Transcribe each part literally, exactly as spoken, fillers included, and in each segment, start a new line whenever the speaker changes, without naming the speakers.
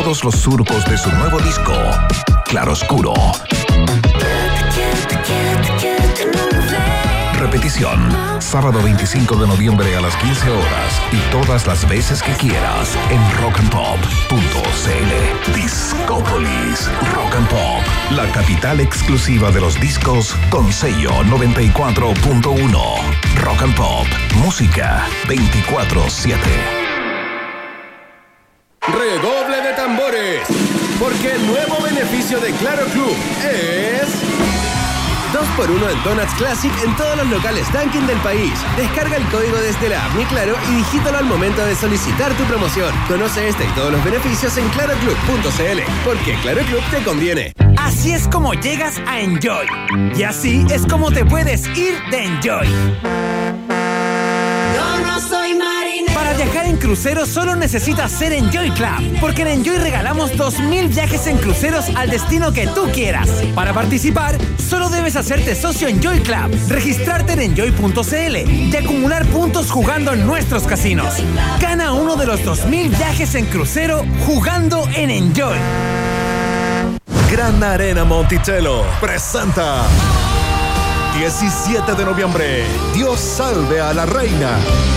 todos los surcos de su nuevo disco, Claroscuro. Repetición, sábado veinticinco de noviembre a las quince horas y todas las veces que quieras en rock and pop punto c l. Discópolis Rock and Pop, la capital exclusiva de los discos con sello noventa y cuatro punto uno. Rock and Pop, música veinticuatro siete.
Redoble de tambores, porque el nuevo beneficio de Claro Club es dos por uno en Donuts Classic en todos los locales Dunkin' del país. Descarga el código desde la app Mi Claro y digítalo al momento de solicitar tu promoción. Conoce este y todos los beneficios en claro club punto c l, porque Claro Club te conviene.
Así es como llegas a Enjoy. Y así es como te puedes ir de Enjoy.
Yo no soy marinero.
Para viajar en crucero solo necesitas ser Enjoy Club, porque en Enjoy regalamos dos mil viajes en cruceros al destino que tú quieras. Para participar, solo debes hacerte socio Enjoy Club, registrarte en enjoy punto c l y acumular puntos jugando en nuestros casinos. Gana uno de los dos mil viajes en crucero jugando en Enjoy.
Gran Arena Monticello presenta diecisiete de noviembre, Dios salve a la reina.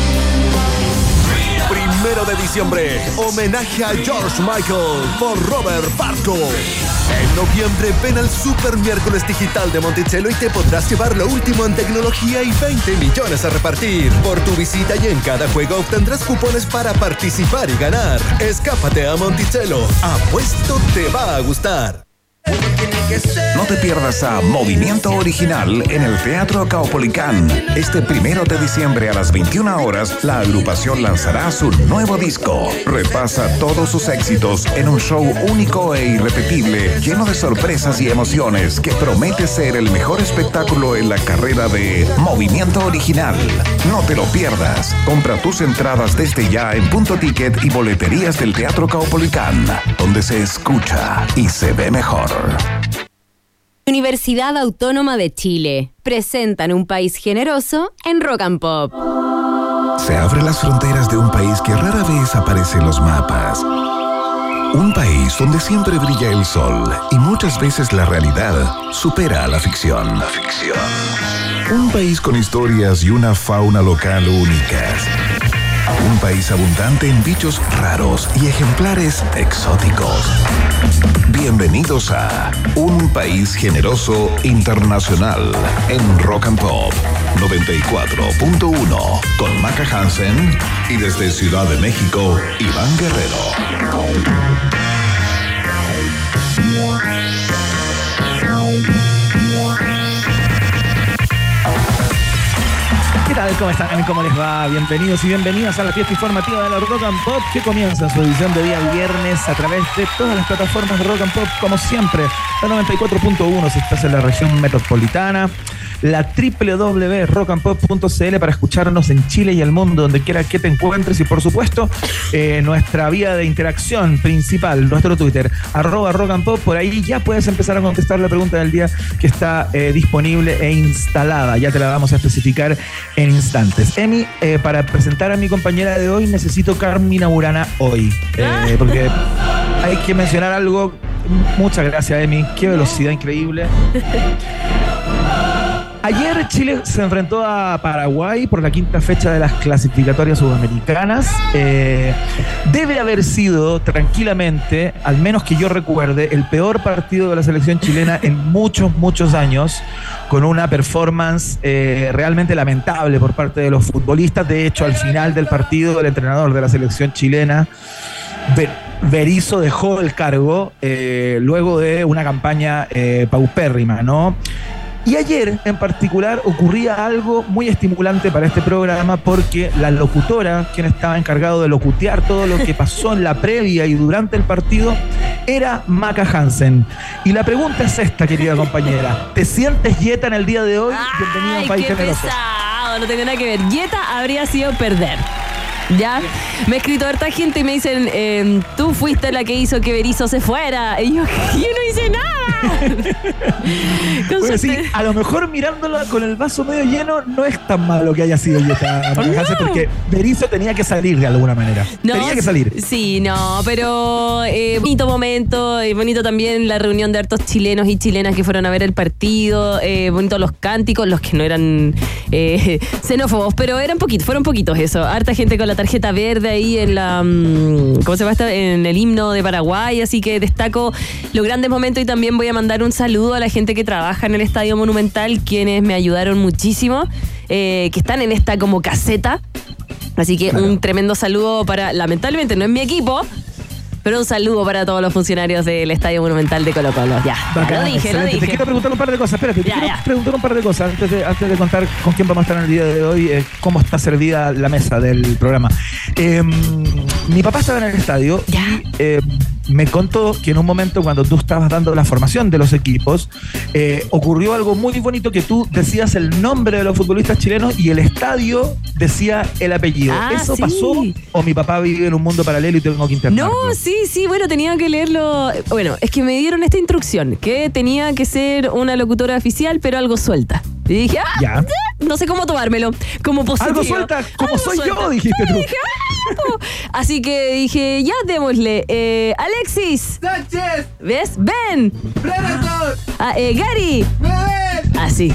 Primero de diciembre, homenaje a George Michael por Robert Barco. En noviembre, ven al Super Miércoles Digital de Monticello y te podrás llevar lo último en tecnología y veinte millones a repartir. Por tu visita y en cada juego obtendrás cupones para participar y ganar. Escápate a Monticello. Apuesto te va a gustar.
No te pierdas a Movimiento Original en el Teatro Caupolicán. Este primero de diciembre a las veintiuna horas, la agrupación lanzará su nuevo disco. Repasa todos sus éxitos en un show único e irrepetible, lleno de sorpresas y emociones, que promete ser el mejor espectáculo en la carrera de Movimiento Original. No te lo pierdas. Compra tus entradas desde ya en Punto Ticket y boleterías del Teatro Caupolicán, donde se escucha y se ve mejor.
Universidad Autónoma de Chile presentan Un País Generoso en Rock and Pop.
Se abren las fronteras de un país que rara vez aparece en los mapas. Un país donde siempre brilla el sol y muchas veces la realidad supera a la ficción. La ficción. Un país con historias y una fauna local únicas. Un país abundante en bichos raros y ejemplares exóticos. Bienvenidos a Un País Generoso Internacional en Rock and Pop noventa y cuatro punto uno con Maca Hansen y desde Ciudad de México, Iván Guerrero.
¿Qué tal? ¿Cómo están? ¿Cómo les va? Bienvenidos y bienvenidas a la fiesta informativa de la Rock and Pop, que comienza en su edición de día viernes a través de todas las plataformas de Rock and Pop, como siempre, la noventa y cuatro punto uno si estás en la región metropolitana, la doble u doble u doble u punto rock and pop punto c l para escucharnos en Chile y el mundo, donde quiera que te encuentres, y por supuesto, eh, nuestra vía de interacción principal, nuestro Twitter, arroba rock and pop. Por ahí ya puedes empezar a contestar la pregunta del día, que está eh, disponible e instalada. Ya te la vamos a especificar en instantes. Emi, eh, para presentar a mi compañera de hoy, necesito Carmina Burana hoy, eh, porque hay que mencionar algo. Muchas gracias, Emi. Qué velocidad increíble. Ayer Chile se enfrentó a Paraguay por la quinta fecha de las clasificatorias sudamericanas. Eh, debe haber sido, tranquilamente, al menos que yo recuerde, el peor partido de la selección chilena en muchos, muchos años, con una performance eh, realmente lamentable por parte de los futbolistas. De hecho, al final del partido, el entrenador de la selección chilena, Berizzo, dejó el cargo eh, luego de una campaña eh, paupérrima, ¿no? Y ayer, en particular, ocurría algo muy estimulante para este programa, porque la locutora, quien estaba encargado de locutear todo lo que pasó en la previa y durante el partido, era Maca Hansen. Y la pregunta es esta, querida compañera. ¿Te sientes yeta en el día de hoy?
Ay,
bienvenida a Un País
qué
Generoso.
Pesado, no tengo nada que ver. Yeta habría sido perder.
Ya, me ha escrito harta gente y me dicen, eh, tú fuiste la que hizo que Berizzo se fuera. Y yo, yo no hice nada.
Pues sí, a lo mejor mirándola con el vaso medio lleno, no es tan malo que haya sido Jetta, no. Porque Berizzo tenía que salir de alguna manera. No, tenía que salir.
Sí, no, pero eh, bonito momento, y bonito también la reunión de hartos chilenos y chilenas que fueron a ver el partido, eh, bonito los cánticos, los que no eran eh, xenófobos, pero eran poquitos, fueron poquitos eso. Harta gente con la tarjeta verde ahí en la, ¿cómo se llama? En el himno de Paraguay, así que destaco los grandes momentos y también voy a mandar un saludo a la gente que trabaja en el Estadio Monumental, quienes me ayudaron muchísimo, eh, que están en esta como caseta. Así que claro, un tremendo saludo para, lamentablemente no es mi equipo, pero un saludo para todos los funcionarios del Estadio Monumental de Colo Colo. Ya, ya lo dije, excelente. Lo dije.
Te quiero preguntar un par de cosas, espérate, te
ya,
quiero
ya.
preguntar un par de cosas antes de, antes de contar con quién vamos a estar en el día de hoy, eh, cómo está servida la mesa del programa. Eh, mi papá estaba en el estadio
ya.
y eh, me contó que en un momento cuando tú estabas dando la formación de los equipos, eh, ocurrió algo muy bonito, que tú decías el nombre de los futbolistas chilenos y el estadio decía el apellido.
Ah,
¿Eso
sí.
pasó o mi papá vive en un mundo paralelo y tengo que internarlo?
No, sí, sí, bueno, tenía que leerlo. Bueno, es que me dieron esta instrucción, que tenía que ser una locutora oficial, pero algo suelta. Y dije, ah,
ya.
no sé cómo tomármelo, como positivo.
Algo suelta, como
algo
soy
suelta.
yo, dijiste tú.
Dije, ah, po. Así que dije, ya démosle. Eh, Alexis.
Sánchez.
¿Ves? Ben.
Predator.
Ah, eh, Gary.
Bebé.
Así.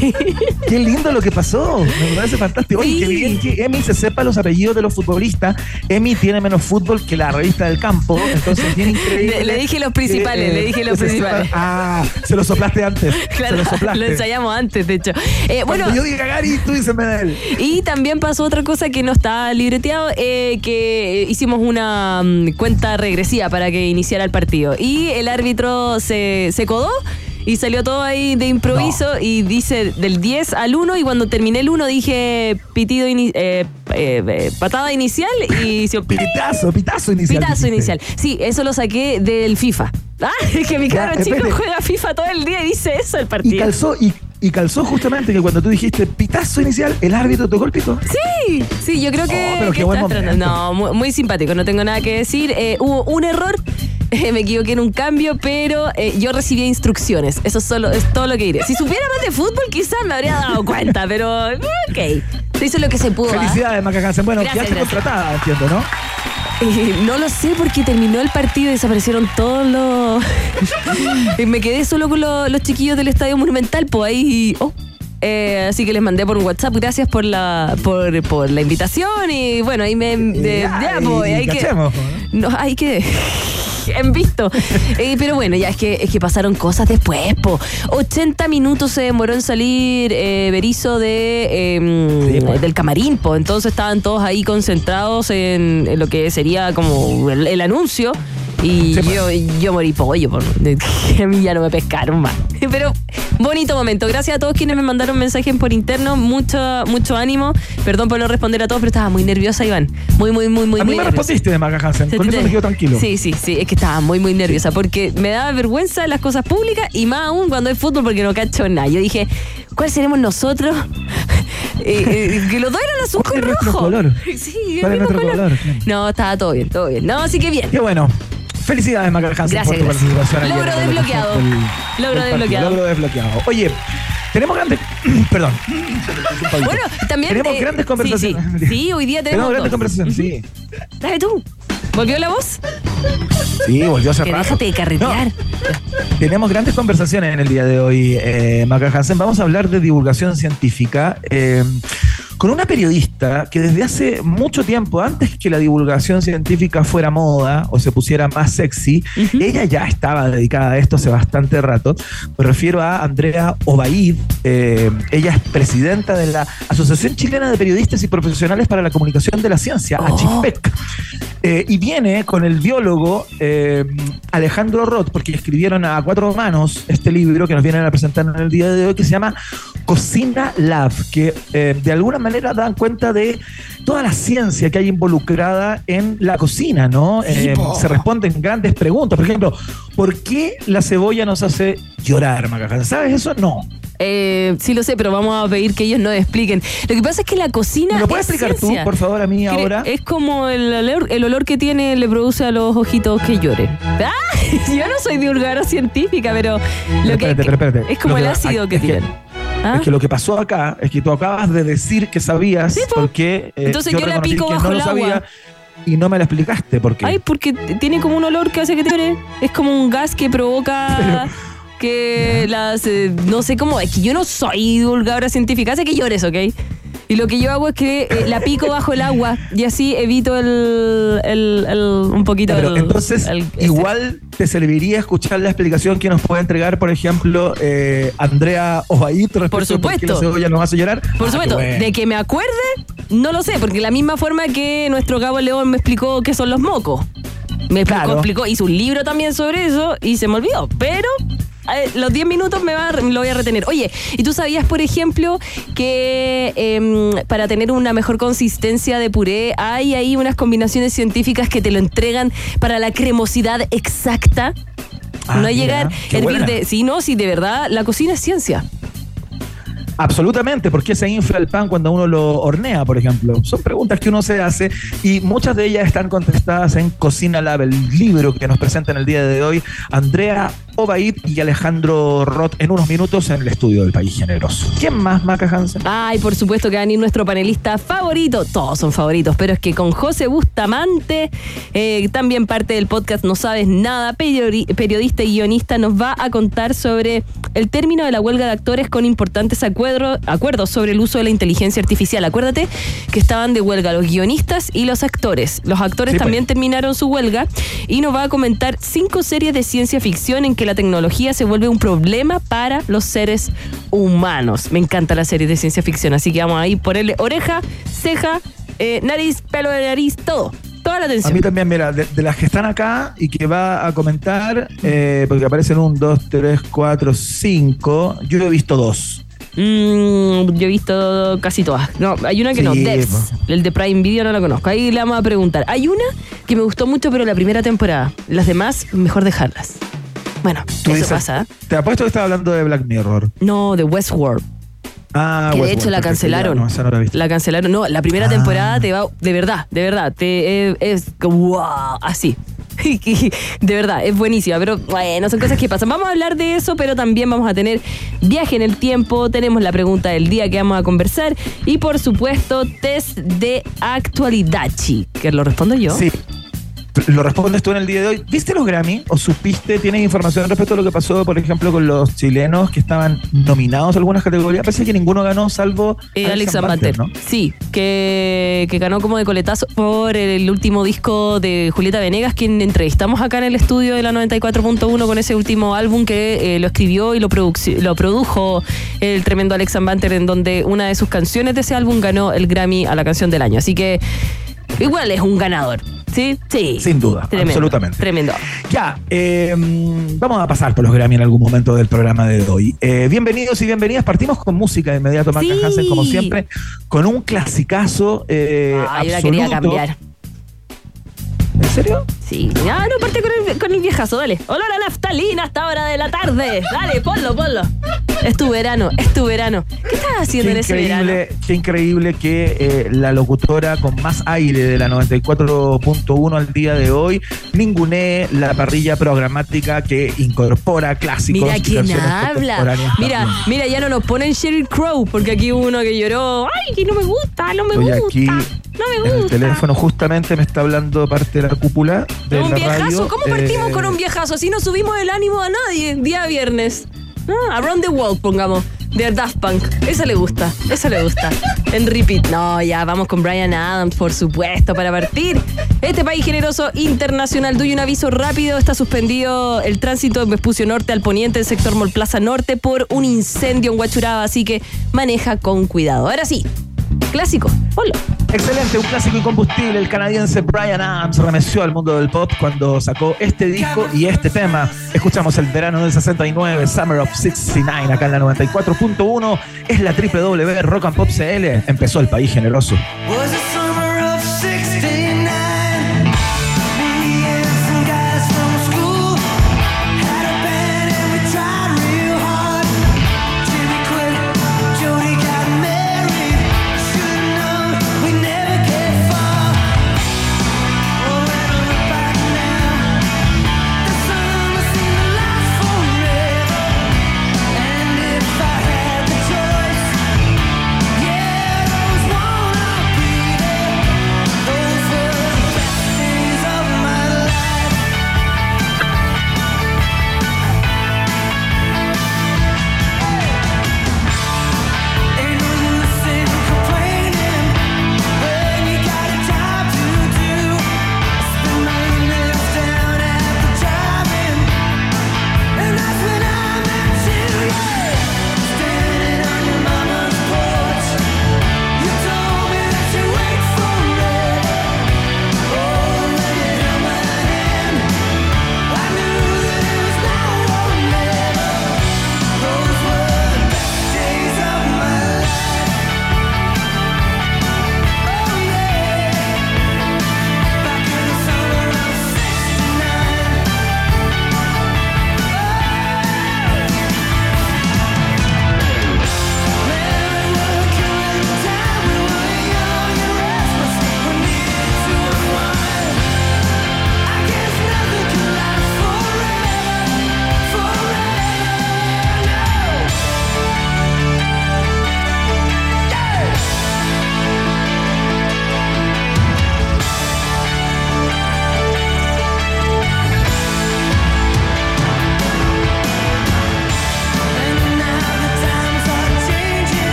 Qué lindo lo que pasó. Me parece fantástico. Oye,
Sí.
qué bien que Emi se sepa los apellidos de los futbolistas. Emi tiene menos fútbol que la revista del campo, entonces es bien increíble.
Le, le dije los principales,
eh,
le dije los
se
principales.
sepa- ah, se lo soplaste antes.
Claro,
se lo soplaste.
lo ensayamos antes, de hecho. Eh, bueno,
Cuando yo diga Gary, tú dices Medel.
y también pasó otra cosa que no está libreteado, eh, que hicimos una um, cuenta regresiva para que iniciara el partido. Y el árbitro se, se codó y salió todo ahí de improviso no. y dice del diez al uno, y cuando terminé el uno dije pitido ini- eh, eh, eh, patada inicial y hizo
Pitazo, pitazo inicial.
Pitazo
dijiste.
inicial. Sí, eso lo saqué del FIFA. Ah, es que mi
Ya,
cabro chico
espérate.
juega FIFA todo el día y dice eso el
Y
partido.
calzó, y, y calzó justamente que cuando tú dijiste pitazo inicial, el árbitro tocó el pito.
Sí, sí, yo creo que,
Oh, pero
que
qué buen
está
momento.
No, muy, muy simpático, no tengo nada que decir. Eh, hubo un error, eh, me equivoqué en un cambio, pero eh, yo recibí instrucciones. Eso solo, es todo lo que diré. Si supiera más de fútbol, quizás me habría dado cuenta, pero ok. Se hizo lo que se pudo.
Felicidades, Maca Hansen. Bueno,
Gracias,
quedaste
gracias.
contratada, entiendo, ¿no?
Eh, no lo sé porque terminó el partido y desaparecieron todos los... Y me quedé solo con los, los chiquillos del Estadio Monumental, pues ahí... Oh. Eh, así que les mandé por un WhatsApp, gracias por la por, por la invitación y bueno, ahí me... De,
Ya,
ya,
y-
pues,
y
hay que...
cachemos, ¿no?
No, hay que... En visto. Eh, pero bueno, ya es que, es que pasaron cosas después, po. ochenta minutos se demoró en salir eh, Berizzo de, eh,
Sí, pues.
del camarín, po. Entonces estaban todos ahí concentrados en, en lo que sería como el, el anuncio. Y
Sí, pues.
yo, yo morí pollo, por, de, a mí ya no me pescaron más. Pero bonito momento. Gracias a todos quienes me mandaron mensajes por interno. Mucho, mucho ánimo. Perdón por no responder a todos, pero estaba muy nerviosa, Iván. Muy, muy, muy, muy,
A mí
muy
me
nerviosa.
respondiste de Maca Hansen. Con eso me quedo tranquilo.
Sí, sí, sí. Es que estaba muy, muy nerviosa porque me daba vergüenza las cosas públicas y más aún cuando es fútbol porque no cacho nada. Yo dije, ¿cuál seremos nosotros? eh, eh, que los dos eran azul
¿Cuál
con
es nuestro
rojo.
color?
Sí,
¿Cuál
el
es
mismo
nuestro color?
No, estaba todo bien, todo bien. No, así que bien.
Qué bueno. Felicidades, Maca Hansen,
Gracias,
por tu
gracias.
participación ayer
Logro
en la
desbloqueado.
transmisión del-
Logro
del partido.
desbloqueado.
Logro desbloqueado. Oye, tenemos grandes... Perdón.
Bueno, también...
Tenemos
eh,
grandes
sí,
conversaciones.
Sí, sí, hoy día tenemos
Tenemos grandes
dos.
conversaciones, sí.
Dale tú. ¿Volvió la voz?
Sí, volvió hace
Que
rato.
déjate de carretear.
No, tenemos grandes conversaciones en el día de hoy, eh, Maca Hansen. Vamos a hablar de divulgación científica eh, con una periodista que desde hace mucho tiempo, antes que la divulgación científica fuera moda o se pusiera más sexy,
Uh-huh.
ella ya estaba dedicada a esto hace bastante rato. Me refiero a Andrea Obaid. Eh, ella es presidenta de la Asociación Chilena de Periodistas y Profesionales para la Comunicación de la Ciencia,
Oh.
ACHIPEC. Eh, y viene con el biólogo eh, Alejandro Roth, porque escribieron a cuatro manos este libro que nos vienen a presentar en el día de hoy, que se llama Cocina Lab, que eh, de alguna manera dan cuenta de toda la ciencia que hay involucrada en la cocina, ¿no? Eh, se responden grandes preguntas. Por ejemplo, ¿por qué la cebolla nos hace llorar, Maca. ¿Sabes eso? No.
Eh, sí lo sé, pero vamos a pedir que ellos nos expliquen. Lo que pasa es que la cocina
¿Me lo puedes
es
explicar
ciencia.
tú, por favor, a mí
Cre-
ahora?
Es como el olor, el olor que tiene le produce a los ojitos que lloren. ¡Ah! Yo no soy divulgadora científica, pero lo que
espérate, pero espérate.
es como
Lo
el
que-
ácido que
es que-
tienen. ¿Ah?
Es que lo que pasó acá es que tú acabas de decir que sabías
Sí, po.
porque eh,
Entonces yo la
reconocí
pico
que
bajo
no
el
lo
agua.
sabía y no me la explicaste por qué.
Ay, porque t- tiene como un olor que hace que te llore. Es como un gas que provoca que las... eh, no sé cómo... Es que yo no soy divulgadora científica. Hace que llores, ¿ok? Y lo que yo hago es que eh, la pico bajo el agua y así evito el... el, el un poquito...
Pero
el-
entonces,
el- ese.
igual te serviría escuchar la explicación que nos puede entregar, por ejemplo, eh, Andrea Obaid respecto
Por
a por qué
supuesto.
la cebolla nos hace llorar.
Por
Ah,
supuesto,
qué bueno.
de que me acuerde, no lo sé, porque la misma forma que nuestro Gabo León me explicó qué son los mocos. Me explicó,
Claro.
explicó, hizo un libro también sobre eso y se me olvidó. Pero eh, los diez minutos me va, lo voy a retener. Oye, ¿y tú sabías, por ejemplo, que eh, para tener una mejor consistencia de puré hay ahí unas combinaciones científicas que te lo entregan para la cremosidad exacta?
Ah,
no
mira,
llegar
qué
a hervir
buena.
de... Sí, no, sí, de verdad, la cocina es ciencia.
Absolutamente, ¿por qué se infla el pan cuando uno lo hornea, por ejemplo? Son preguntas que uno se hace y muchas de ellas están contestadas en Cocina Lab, el libro que nos presenta en el día de hoy Andrea Obaid y Alejandro Roth en unos minutos en el estudio del País Generoso. ¿Quién más, Maca Hansen?
Ay, por supuesto que va a venir nuestro panelista favorito. Todos son favoritos, pero es que con José Bustamante, eh, también parte del podcast No Sabes Nada, periodi- periodista y guionista, nos va a contar sobre el término de la huelga de actores con importantes acuerdo- acuerdos sobre el uso de la inteligencia artificial. Acuérdate que estaban de huelga los guionistas y los actores. Los actores
Sí,
también
pues.
terminaron su huelga y nos va a comentar cinco series de ciencia ficción en que la tecnología se vuelve un problema para los seres humanos. Me encanta la serie de ciencia ficción, así que vamos a ir ponerle oreja, ceja, eh, nariz, pelo de nariz, todo. Toda la
A
atención.
mí también, mira, de, de las que están acá y que va a comentar, eh, porque aparecen un, dos, tres, cuatro, cinco, yo he visto dos.
Mm, yo he visto casi todas. No, hay una que
Sí,
no, Devs.
po.
El de Prime Video no la conozco. Ahí le vamos a preguntar. Hay una que me gustó mucho, pero la primera temporada. Las demás, mejor dejarlas. Bueno,
Tú
eso
dices-
pasa. ¿eh?
Te apuesto que estaba hablando de Black Mirror.
No, de Westworld.
Ah,
Que de
Westworld,
hecho la
perfecto,
cancelaron.
ya, no, esa no la he visto.
La cancelaron. No, la primera
Ah.
temporada te va. De verdad, de verdad. Te, eh, es. ¡Wow! Así. De verdad, es buenísima. Pero bueno, son cosas que pasan. Vamos a hablar de eso, pero también vamos a tener viaje en el tiempo. Tenemos la pregunta del día que vamos a conversar. Y por supuesto, test de actualidad, chi. Que lo respondo yo.
Sí. Lo respondes tú en el día de hoy. ¿Viste los Grammy o supiste, tienes información respecto a lo que pasó, por ejemplo, con los chilenos que estaban nominados a algunas categorías? Parece que ninguno ganó salvo
Eh, Alex
Van
Banter,
¿no?
sí, que, que ganó como de coletazo por el último disco de Julieta Venegas, quien entrevistamos acá en el estudio de la noventa y cuatro punto uno con ese último álbum que eh, lo escribió y lo, produc- lo produjo el tremendo Alex Banter, en donde una de sus canciones de ese álbum ganó el Grammy a la canción del año. Así que igual es un ganador, ¿sí? Sí.
Sin duda,
Tremendo,
absolutamente.
Tremendo.
Ya, eh, vamos a pasar por los Grammy en algún momento del programa de hoy. Eh, bienvenidos y bienvenidas. Partimos con música de inmediato, Maca
Sí.
Hansen, como siempre, con un clasicazo eh,
Ah, yo la
absoluto.
quería cambiar.
¿En serio?
Sí. Ah, no, parte con el, con el viejazo, dale. Olor a naftalina hasta hora de la tarde. Dale, ponlo, ponlo. Es tu verano, es tu verano. ¿Qué estás haciendo
Qué
en ese verano?
increíble, qué increíble que eh, la locutora con más aire de la noventa y cuatro punto uno al día de hoy ningunee la parrilla programática que incorpora clásicos.
Mira
y
quién
canciones
habla.
contemporáneas
Mira,
también.
mira, ya no nos ponen Sheryl Crow, porque aquí hubo uno que lloró. Ay, que no me gusta, no me
Estoy
gusta.
aquí
no me
en el
gusta.
teléfono, justamente me está hablando parte de la cúpula de
Un
la
viejazo.
radio.
¿Cómo partimos
Eh,
con un viejazo? Así no subimos el ánimo a nadie. Día viernes. Ah, Around the World, pongamos. De Daft Punk. Esa le gusta. Esa le gusta. En repeat. No, ya vamos con Bryan Adams, por supuesto, para partir. Este país generoso internacional. Doy un aviso rápido. Está suspendido el tránsito en Vespucio Norte al poniente, el sector Mall Plaza Norte, por un incendio en Huachuraba. Así que maneja con cuidado. Ahora sí. Clásico. Ponlo.
Excelente, un clásico incombustible. El canadiense Bryan Adams remeció al mundo del pop cuando sacó este disco y este tema. Escuchamos el verano del sesenta y nueve, Summer of sesenta y nueve, acá en la noventa y cuatro punto uno. Es la doble u doble u doble u punto rock and pop c l. Empezó el país generoso.
Was the summer of sixty-nine. Me and some guys from school had a band and we tried real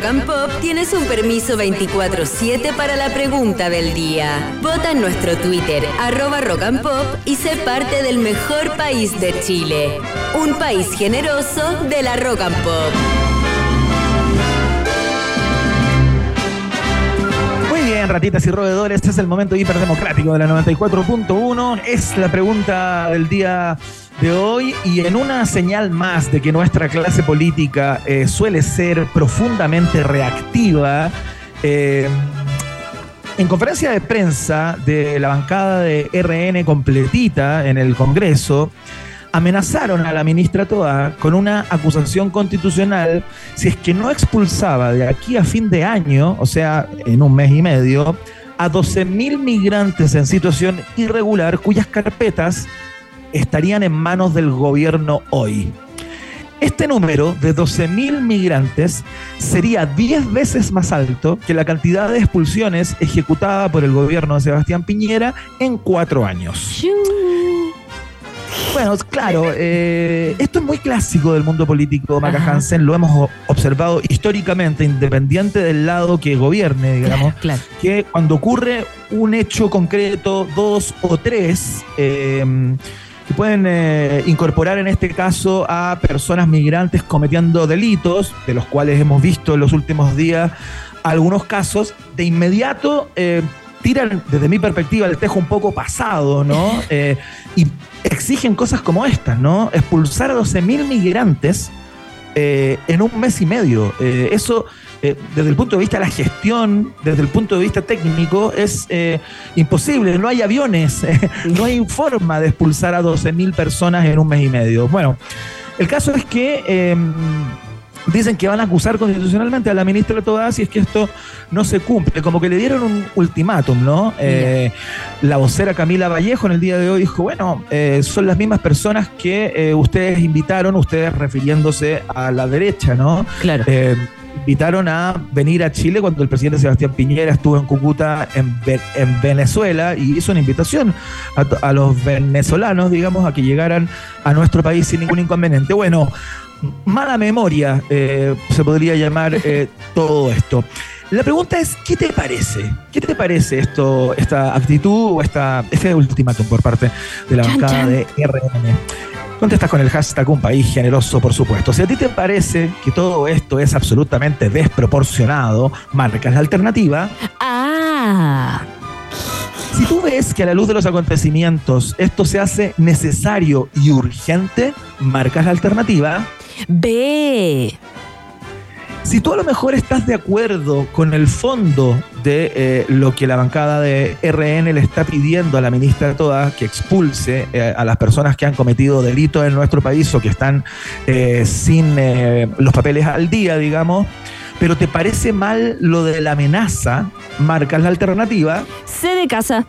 Rock and Pop tienes un permiso veinticuatro siete para la pregunta del día. Vota en nuestro Twitter, arroba Rock and Pop, y sé parte del mejor país de Chile. Un país generoso de la Rock and Pop.
Muy bien, ratitas y roedores, este es el momento hiperdemocrático de la noventa y cuatro punto uno. Es la pregunta del día de hoy, y en una señal más de que nuestra clase política eh, suele ser profundamente reactiva, eh, en conferencia de prensa de la bancada de R N completita en el Congreso, amenazaron a la ministra Toá con una acusación constitucional si es que no expulsaba de aquí a fin de año, o sea, en un mes y medio, a doce mil migrantes en situación irregular cuyas carpetas estarían en manos del gobierno hoy. Este número de doce mil migrantes sería diez veces más alto que la cantidad de expulsiones ejecutada por el gobierno de Sebastián Piñera en cuatro años. Bueno, claro, eh, esto es muy clásico del mundo político, Maca Hansen, lo hemos observado históricamente, independiente del lado que gobierne, digamos,
Claro, claro.
que cuando ocurre un hecho concreto, dos o tres, eh, que pueden eh, incorporar en este caso a personas migrantes cometiendo delitos, de los cuales hemos visto en los últimos días algunos casos, de inmediato eh, tiran, desde mi perspectiva, el tejo un poco pasado, ¿no? Eh, y exigen cosas como estas, ¿no? Expulsar a doce mil migrantes eh, en un mes y medio. Eh, eso, eh, desde el punto de vista de la gestión, desde el punto de vista técnico, es eh, imposible. No hay aviones, eh, no hay forma de expulsar a doce mil personas en un mes y medio. Bueno, el caso es que eh, dicen que van a acusar constitucionalmente a la ministra Toá si es que esto no se cumple. Como que le dieron un ultimátum, ¿no? Eh, la vocera Camila Vallejo en el día de hoy dijo, bueno, eh, son las mismas personas que eh, ustedes invitaron, ustedes refiriéndose a la derecha, ¿no?
Claro.
Eh, invitaron a venir a Chile cuando el presidente Sebastián Piñera estuvo en Cúcuta, en, Ve- en Venezuela, y hizo una invitación a, to- a los venezolanos, digamos, a que llegaran a nuestro país sin ningún inconveniente. Bueno, mala memoria eh, se podría llamar eh, todo esto. La pregunta es, ¿qué te parece? ¿Qué te parece esto, esta actitud o esta, este ultimátum por parte de la
Chan,
bancada
chan.
de R N? Contestas con el hashtag Un País Generoso, por supuesto. Si a ti te parece que todo esto es absolutamente desproporcionado, marcas la alternativa.
Ah.
Si tú ves que a la luz de los acontecimientos esto se hace necesario y urgente, marcas la alternativa.
B.
Si tú a lo mejor estás de acuerdo con el fondo de eh, lo que la bancada de R N le está pidiendo a la ministra Toá, que expulse eh, a las personas que han cometido delitos en nuestro país o que están eh, sin eh, los papeles al día, digamos, pero te parece mal lo de la amenaza, marcas la alternativa.
C de casa.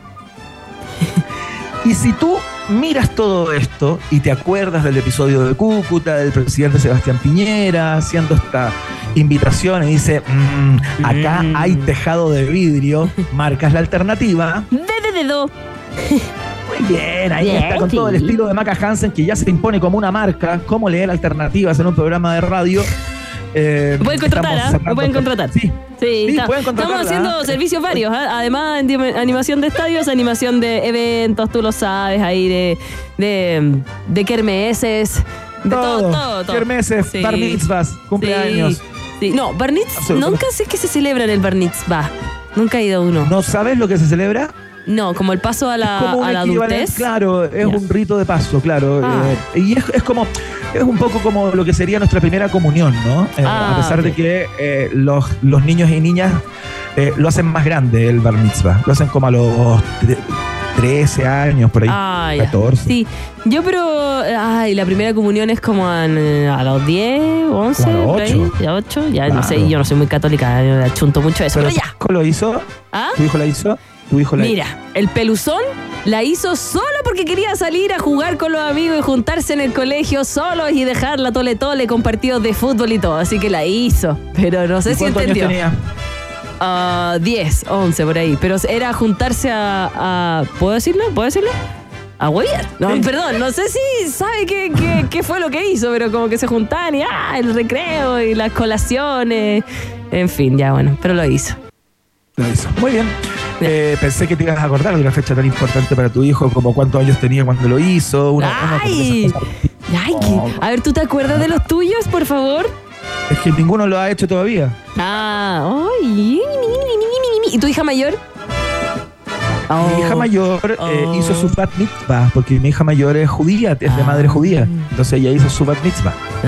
Y si tú miras todo esto y te acuerdas del episodio de Cúcuta, del presidente Sebastián Piñera haciendo esta invitación y dice, mmm, acá
Mm.
hay tejado de vidrio, marcas la alternativa.
D de dedo.
Muy bien, ahí
Bien,
está con
sí.
todo el estilo de Maca Hansen, que ya se impone como una marca. ¿Cómo leer alternativas en un programa de radio? Eh,
Me pueden contratar,
estamos
¿ah?
cerrando-
Me pueden contratar.
Sí,
Sí,
Sí,
está-
pueden contratarla,
estamos haciendo
¿eh?
servicios varios, ¿ah? Además de animación de estadios, animación de eventos, tú lo sabes, ahí de, de, de kermeses, de todo,
todo,
todo, todo.
kermeses,
Sí.
bar mitzvahs, cumpleaños.
Sí, sí. No, bar mitzvah,
Absolutamente.
nunca sé qué se celebra en el bar mitzvah. Nunca he ido a uno.
¿No sabes lo que se celebra?
No, como el paso a la,
Como un
a la
equivalente,
adultez.
claro, es
Ya.
un rito de paso, claro.
Ah.
eh, y es, es como, es un poco como lo que sería nuestra primera comunión, ¿no? Eh,
Ah,
a pesar de
ok.
que eh, los, los niños y niñas eh, lo hacen más grande el bar mitzvah. Lo hacen como a los tre- trece años, por ahí,
Ah, ya.
catorce.
Sí, yo pero, ay, la primera comunión es como en, eh, a los diez, once,
Como a los
por ahí,
ocho.
ya ocho, ya no
Claro.
sé, yo no soy muy católica, yo le achunto mucho eso,
Pero
pero,
tu
ya.
hijo lo hizo,
¿Ah?
tu hijo la hizo, tu hijo la
Mira, el peluzón la hizo solo porque quería salir a jugar con los amigos y juntarse en el colegio solos y dejar la tole tole con partidos de fútbol y todo, así que la hizo, pero no sé
¿Y
si
cuántos años
entendió.
tenía?
Ah, diez, once por ahí, pero era juntarse a, a- ¿puedo decirlo? ¿Puedo decirlo? A huear. No,
Sí.
perdón, no sé si sabe qué, qué, qué fue lo que hizo, pero como que se juntaban y ah, el recreo y las colaciones. En fin, ya bueno, pero lo hizo.
Lo hizo. Muy bien. Eh, pensé que te ibas a acordar de una fecha tan importante para tu hijo, como cuántos años tenía cuando lo hizo. Una, una
¡Ay!
cosa de esas cosas.
Ay, que- a ver, ¿tú te acuerdas de los tuyos, por favor?
Es que ninguno lo ha hecho todavía.
Ah, ay. ¿Y tu hija mayor? Oh.
Mi hija mayor eh,
Oh.
hizo su bat mitzvah, porque mi hija mayor es judía, es de
Ah.
madre judía. Entonces ella hizo su bat mitzvah.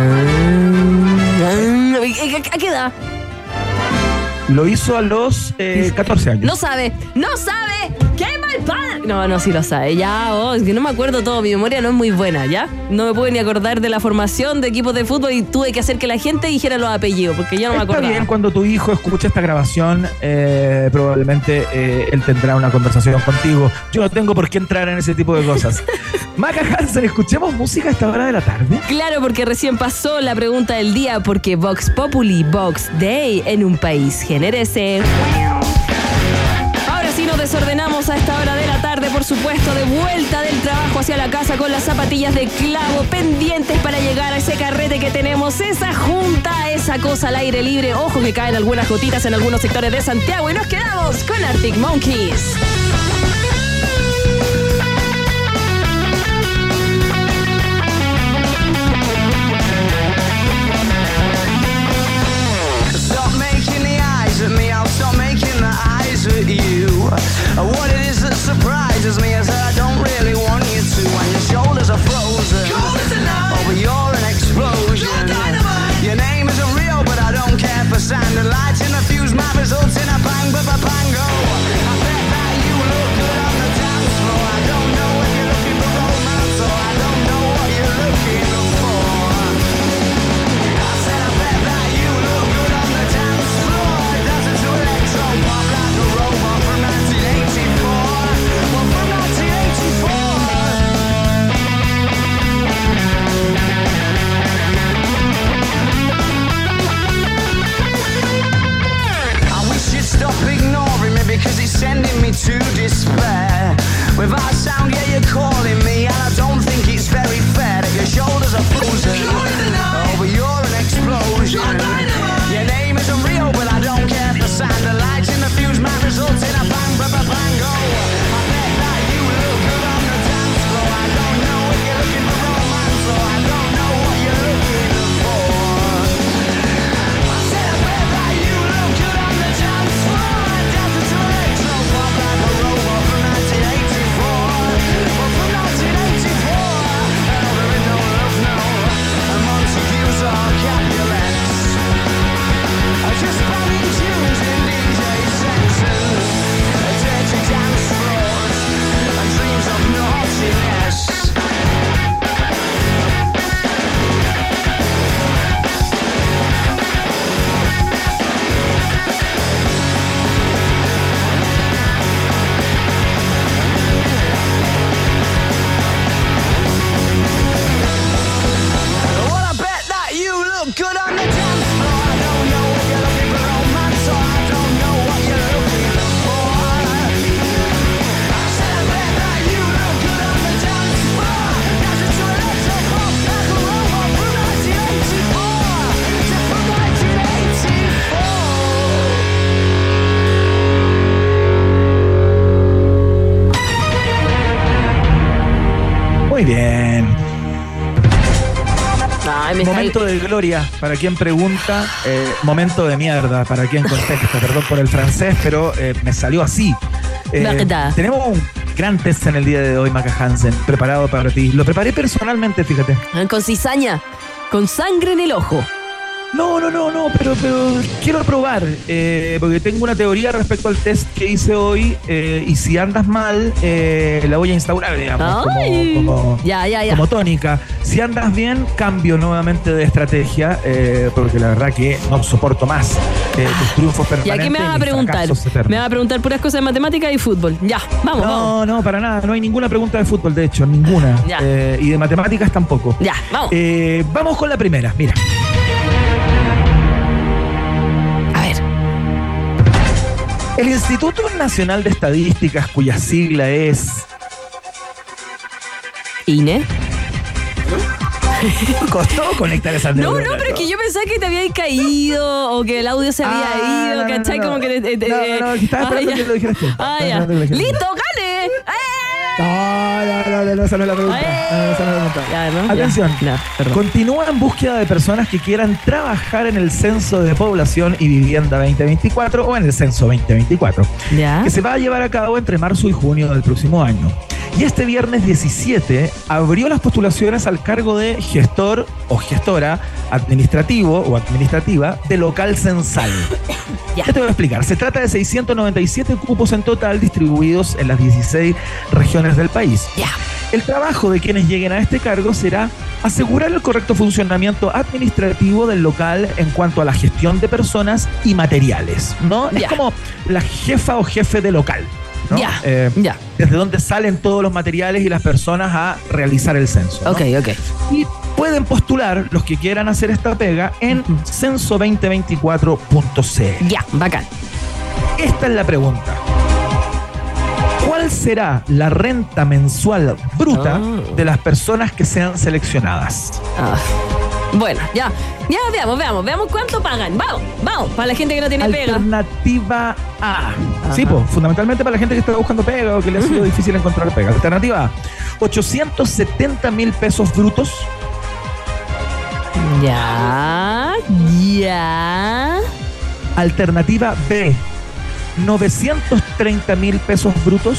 Ah, ¿a qué edad?
Lo hizo a los eh, catorce años.
No sabe, no sabe. ¡Qué mal padre! No, no, sí lo sabe. Ya, oh, es que no me acuerdo todo. Mi memoria no es muy buena, ¿ya? No me puedo ni acordar de la formación de equipos de fútbol y tuve que hacer que la gente dijera los apellidos, porque yo no me
Está
acordaba.
bien, cuando tu hijo escucha esta grabación, eh, probablemente eh, él tendrá una conversación contigo. Yo no tengo por qué entrar en ese tipo de cosas. Maca Hansen, escuchemos música a esta hora de la tarde.
Claro, porque recién pasó la pregunta del día, porque Vox Populi, Vox Day, en un país generese. Ahora sí nos desordenamos a esta hora de la tarde, por supuesto, de vuelta del trabajo hacia la casa con las zapatillas de clavo pendientes para llegar a ese carrete que tenemos, esa junta, esa cosa al aire libre. Ojo que caen algunas gotitas en algunos sectores de Santiago y nos quedamos con Arctic Monkeys.
Stop making the eyes at me, I'll stop making the eyes at you. What it is that surprises me is that I don't really want you to. When your shoulders are frozen, oh, but you're an explosion. Your name isn't real, but I don't care for sand and lights in the fuse. My results in a bang, ba ba bango. I bet that you look good on the dance floor. I don't know if you're looking for romance or I don't know what you're looking for. I said I bet that you look good on the dance floor. Dancing to electro pop like a robot from nineteen eighty-four. Well, from nineteen eighty-four. I wish you'd stop ignoring me because it's sending me to despair. Without sound, yeah, you're calling me, and I don't think it's very fair that your shoulders are frozen. Oh, but you're an explosion. Your name isn't real, but I don't care for sound. The lights in the fuse might result in a bang, ba ba bango. I bet that you look good on the dance floor. I don't know if you're looking for romance or I don't know what you're looking for. I said I bet that you look good on the dance floor. Dancing to electro pop like a robot from nineteen eighty-four. Well, from nineteen eighty-four. Oh, there is no love, no. And Montagues are Capulets. Just spamming tunes in D J sections. Dirty dance floors and dreams of naughtiness. Well, I bet that you look good on the dance floor. I don't know if you're looking for romance or I don't know what you're looking for. I said I bet that you look good on the dance floor. Dancing to electro pop like a robot from nineteen eighty-four. Just from nineteen eighty-four.
Muy bien.
Ay, me
Momento
está-
de gloria para quien pregunta, eh, momento de mierda para quien contesta. Perdón por el francés, pero eh, me salió así. Eh,
Verdad.
tenemos un gran test en el día de hoy, Maca Hansen, preparado para ti. Lo preparé personalmente, fíjate.
Con cizaña, con sangre en el ojo.
No, no, no, no, pero, pero quiero probar, eh, porque tengo una teoría respecto al test que hice hoy, eh, y si andas mal, eh, la voy a instaurar, digamos,
Ay.
como, como,
Ya, ya, ya.
como tónica. Si andas bien, cambio nuevamente de estrategia, eh, porque la verdad que no soporto más eh, tus triunfos
¿Y
permanentes.
a qué me vas a
mis
preguntar?
fracasos eternos.
Me vas a preguntar puras cosas de matemática y fútbol. Ya, vamos, vamos.
No, no, para nada. No hay ninguna pregunta de fútbol, de hecho, ninguna.
Ya.
Eh, y de matemáticas tampoco.
Ya, vamos.
Eh, vamos con la primera, mira.
A ver.
El Instituto Nacional de Estadísticas, cuya sigla es
¿Ine?
Costó conectar esa
No,
neurona,
no, pero es que yo pensaba que te habías caído o que el audio se había
Ah,
ido,
no, no,
¿cachai?
no, no.
Como que... te- te-
No,
te-
no, no, estaba
Ah,
esperando
ya.
que lo dijeras tú.
Ah,
Estaba
ya.
esperando que lo dijeras tú.
¡Listo, gane! ¡Eh!
No, no, no, no, esa no es la pregunta. No, no, esa no es la pregunta.
Ya, ¿no?
Atención.
Ya. No, perdón.
Continúa en búsqueda de personas que quieran trabajar en el Censo de Población y Vivienda veinte veinticuatro o en el Censo veinte veinticuatro,
¿Ya?
que se va a llevar a cabo entre marzo y junio del próximo año. Y este viernes diecisiete abrió las postulaciones al cargo de gestor o gestora administrativo o administrativa de local censal.
Ya.
Ya te voy a explicar. Se trata de seiscientos noventa y siete cupos en total distribuidos en las dieciséis regiones del país.
Ya.
El trabajo de quienes lleguen a este cargo será asegurar el correcto funcionamiento administrativo del local en cuanto a la gestión de personas y materiales, ¿no?
Ya.
Es como la jefa o jefe de local, ¿no?
Ya,
Eh,
ya.
Desde donde salen todos los materiales y las personas a realizar el censo, ¿no?
Ok, ok.
Y pueden postular los que quieran hacer esta pega en
Ujú.
censo veinte veinticuatro punto c l.
Ya, bacán.
Esta es la pregunta. ¿Cuál será la renta mensual bruta
Oh.
de las personas que sean seleccionadas?
Ah. Bueno, ya. Ya, veamos, veamos, veamos cuánto pagan. Vamos, vamos, para la gente que no tiene pega.
Alternativa A. Sí,
Ajá.
pues, fundamentalmente para la gente que está buscando pega o que le ha sido difícil encontrar pega. Alternativa A, ochocientos setenta mil pesos brutos.
Ya, ya.
Alternativa B, novecientos treinta mil pesos brutos.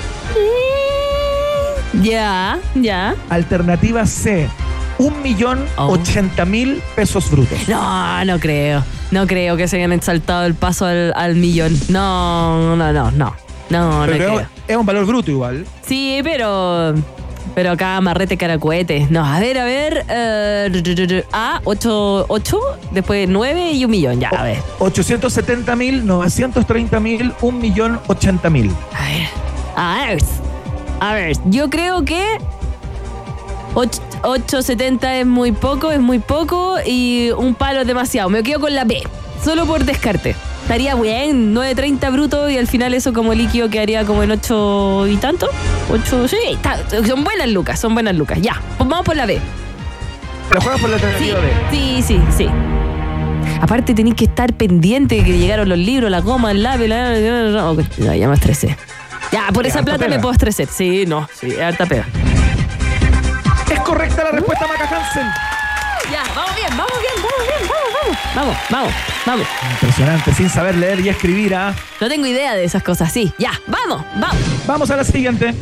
Ya, ya.
Alternativa C, un millón
Oh.
ochenta mil pesos brutos.
No, no creo. No creo que se hayan exaltado el paso al, al millón. No, no, no, no. No, no
Pero
creo.
es- es un valor bruto igual.
Sí, pero. Pero acá amarrete caracuete. No, a ver, a ver. eh, A, ocho, ocho, después nueve y un millón. Ya, a ver.
ochocientos setenta mil, novecientos treinta mil, un millón ochenta mil.
A ver. A ver. A ver. Yo creo que. ochocientos setenta es muy poco, es muy poco. Y un palo es demasiado. Me quedo con la B. Solo por descarte. Estaría bien, nueve treinta bruto y al final eso como líquido quedaría como en ocho y tanto. ocho, sí, está- son buenas lucas, son buenas lucas. Ya, pues vamos por la B.
La juegas por la
Sí,
alternativa B.
sí, sí, sí. Aparte tenéis que estar pendiente de que llegaron los libros, la goma, el lápiz, la... la- la- ok, ya, ya me estresé. Ya, por
Es
esa
harta
plata
pega.
me puedo estresar. Sí, no, sí, es harta pega.
Es correcta la respuesta, Maca Hansen.
Ya, vamos bien, vamos bien, vamos bien, vamos, vamos. Vamos, vamos, vamos.
Impresionante, sin saber leer y escribir, ¿ah?
No tengo idea de esas cosas, sí. Ya, vamos, vamos.
Vamos a la siguiente.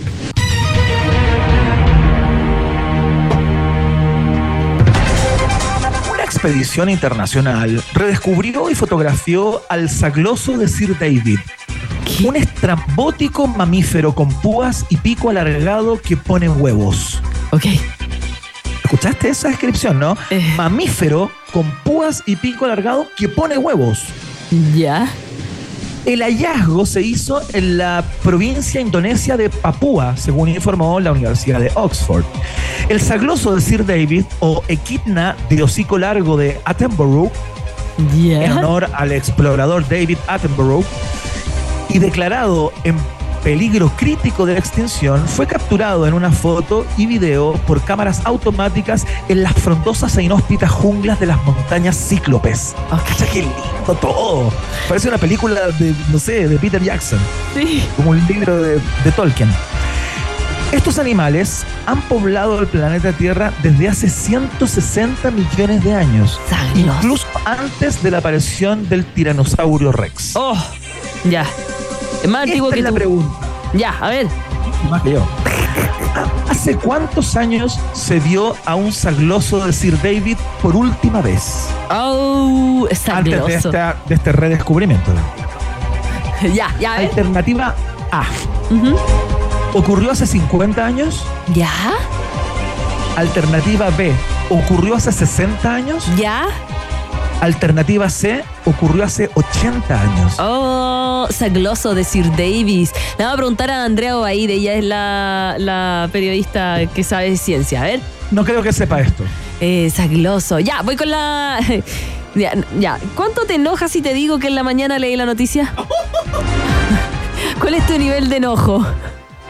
Una expedición internacional redescubrió y fotografió al sagloso de Sir David, un estrambótico mamífero con púas y pico alargado que pone huevos.
Ok.
¿Escuchaste esa descripción, no?
Eh.
Mamífero con púas y pico alargado que pone huevos.
Ya.
El hallazgo se hizo en la provincia indonesia de Papúa, según informó la Universidad de Oxford. El sagloso de Sir David, o Equidna de hocico largo de Attenborough, en
Ya.
honor al explorador David Attenborough, y declarado en peligro crítico de extinción, fue capturado en una foto y video por cámaras automáticas en las frondosas e inhóspitas junglas de las montañas Cíclopes.
Ok.
¡Cacha, qué lindo todo! Parece una película de, no sé, de Peter Jackson,
Sí.
como un libro de, de Tolkien. Estos animales han poblado el planeta Tierra desde hace ciento sesenta millones de años,
Sagloso.
incluso antes de la aparición del tiranosaurio Rex.
Oh, ya. Es más antiguo
Esta
que
es la
tú.
pregunta.
Ya, a ver.
Más que yo. ¿Hace cuántos años se vio a un sagloso de Sir David por última vez?
Oh, es
Antes de,
sagloso.
esta, de este redescubrimiento.
Ya, ya, a ver.
Alternativa A.
Ujú.
¿Ocurrió hace cincuenta años?
Ya,
Alternativa B. ¿Ocurrió hace sesenta años?
ya.
Alternativa C. ¿Ocurrió hace ochenta años?
Oh, sagloso de Sir Davis. Le vamos a preguntar a Andrea Obaide, ella es la, la periodista que sabe de ciencia. A ver.
No creo que sepa esto.
Eh, sagloso. Ya, voy con la. Ya, ya. ¿Cuánto te enojas si te digo que en la mañana leí la noticia? ¿Cuál es tu nivel de enojo?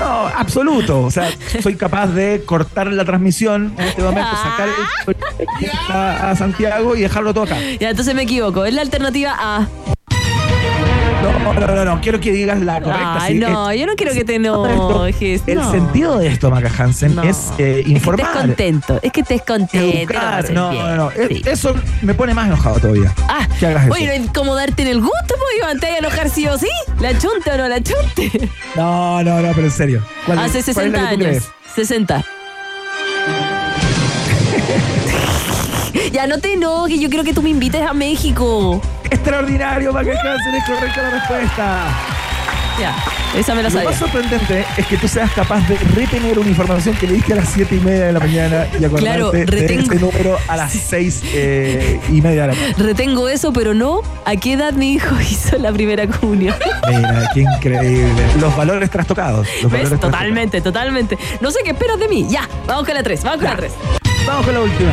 No, absoluto. O sea, soy capaz de cortar la transmisión en este momento, sacar el a, a Santiago y dejarlo todo acá.
Ya, entonces me equivoco. Es la alternativa A.
No, no, no, no. Quiero que digas la correcta.
Ay,
sí.
no,
Es-
yo no quiero que te enojes.
El
no.
sentido de esto, Maca Hansen,
No.
es eh,
Es que
informar.
estés contento. Es que estés contento.
Educar.
lo
No,
vas a hacer
no, no.
bien.
Es-
Sí.
Eso me pone más enojado todavía.
Ah,
que hagas eso.
oye, ¿no? ¿Cómo darte en el gusto, pues, Iván? ¿Te vas a enojar sí o sí? ¿La chunte o no la chunte?
No, no, no, pero en serio. ¿Cuál es-
Hace
cuál es la
sesenta
que tú
años.
crees?
sesenta. Ya no te enojes, yo quiero que tú me invites a México.
Extraordinario, Maca Hansen, es correcta la respuesta.
Ya, esa me la
Lo
sabía.
más sorprendente es que tú seas capaz de retener una información que le diste a las siete y media de la mañana y acordarte
Claro,
de
retengo.
ese número a las seis eh, y media de la tarde.
Retengo eso, pero no a qué edad mi hijo hizo la primera comunión.
Mira, qué increíble. Los valores trastocados. Los
¿Ves?
valores
Totalmente, totalmente. No sé qué esperas de mí. Ya, vamos con la tres, vamos con
Ya.
la tres.
trastocados. Vamos con la última.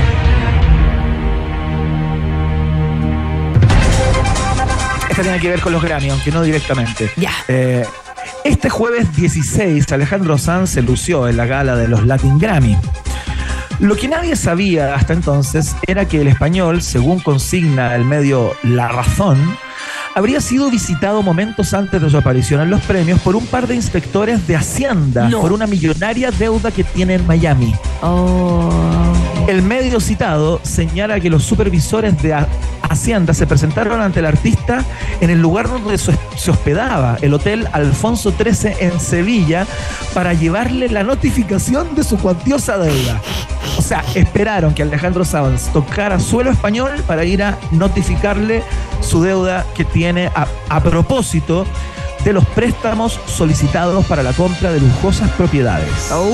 Esta tiene que ver con los Grammy, aunque no directamente.
Ya.
Eh, este jueves dieciséis, Alejandro Sanz se lució en la gala de los Latin Grammy. Lo que nadie sabía hasta entonces era que el español, según consigna el medio La Razón, habría sido visitado momentos antes de su aparición en los premios por un par de inspectores de Hacienda
No.
por una millonaria deuda que tiene en Miami.
Oh.
El medio citado señala que los supervisores de Ha- Hacienda se presentaron ante el artista en el lugar donde se se hospedaba, el Hotel Alfonso trece en Sevilla, para llevarle la notificación de su cuantiosa deuda. O sea, esperaron que Alejandro Sanz tocara suelo español para ir a notificarle su deuda que tiene a, a propósito de los préstamos solicitados para la compra de lujosas propiedades.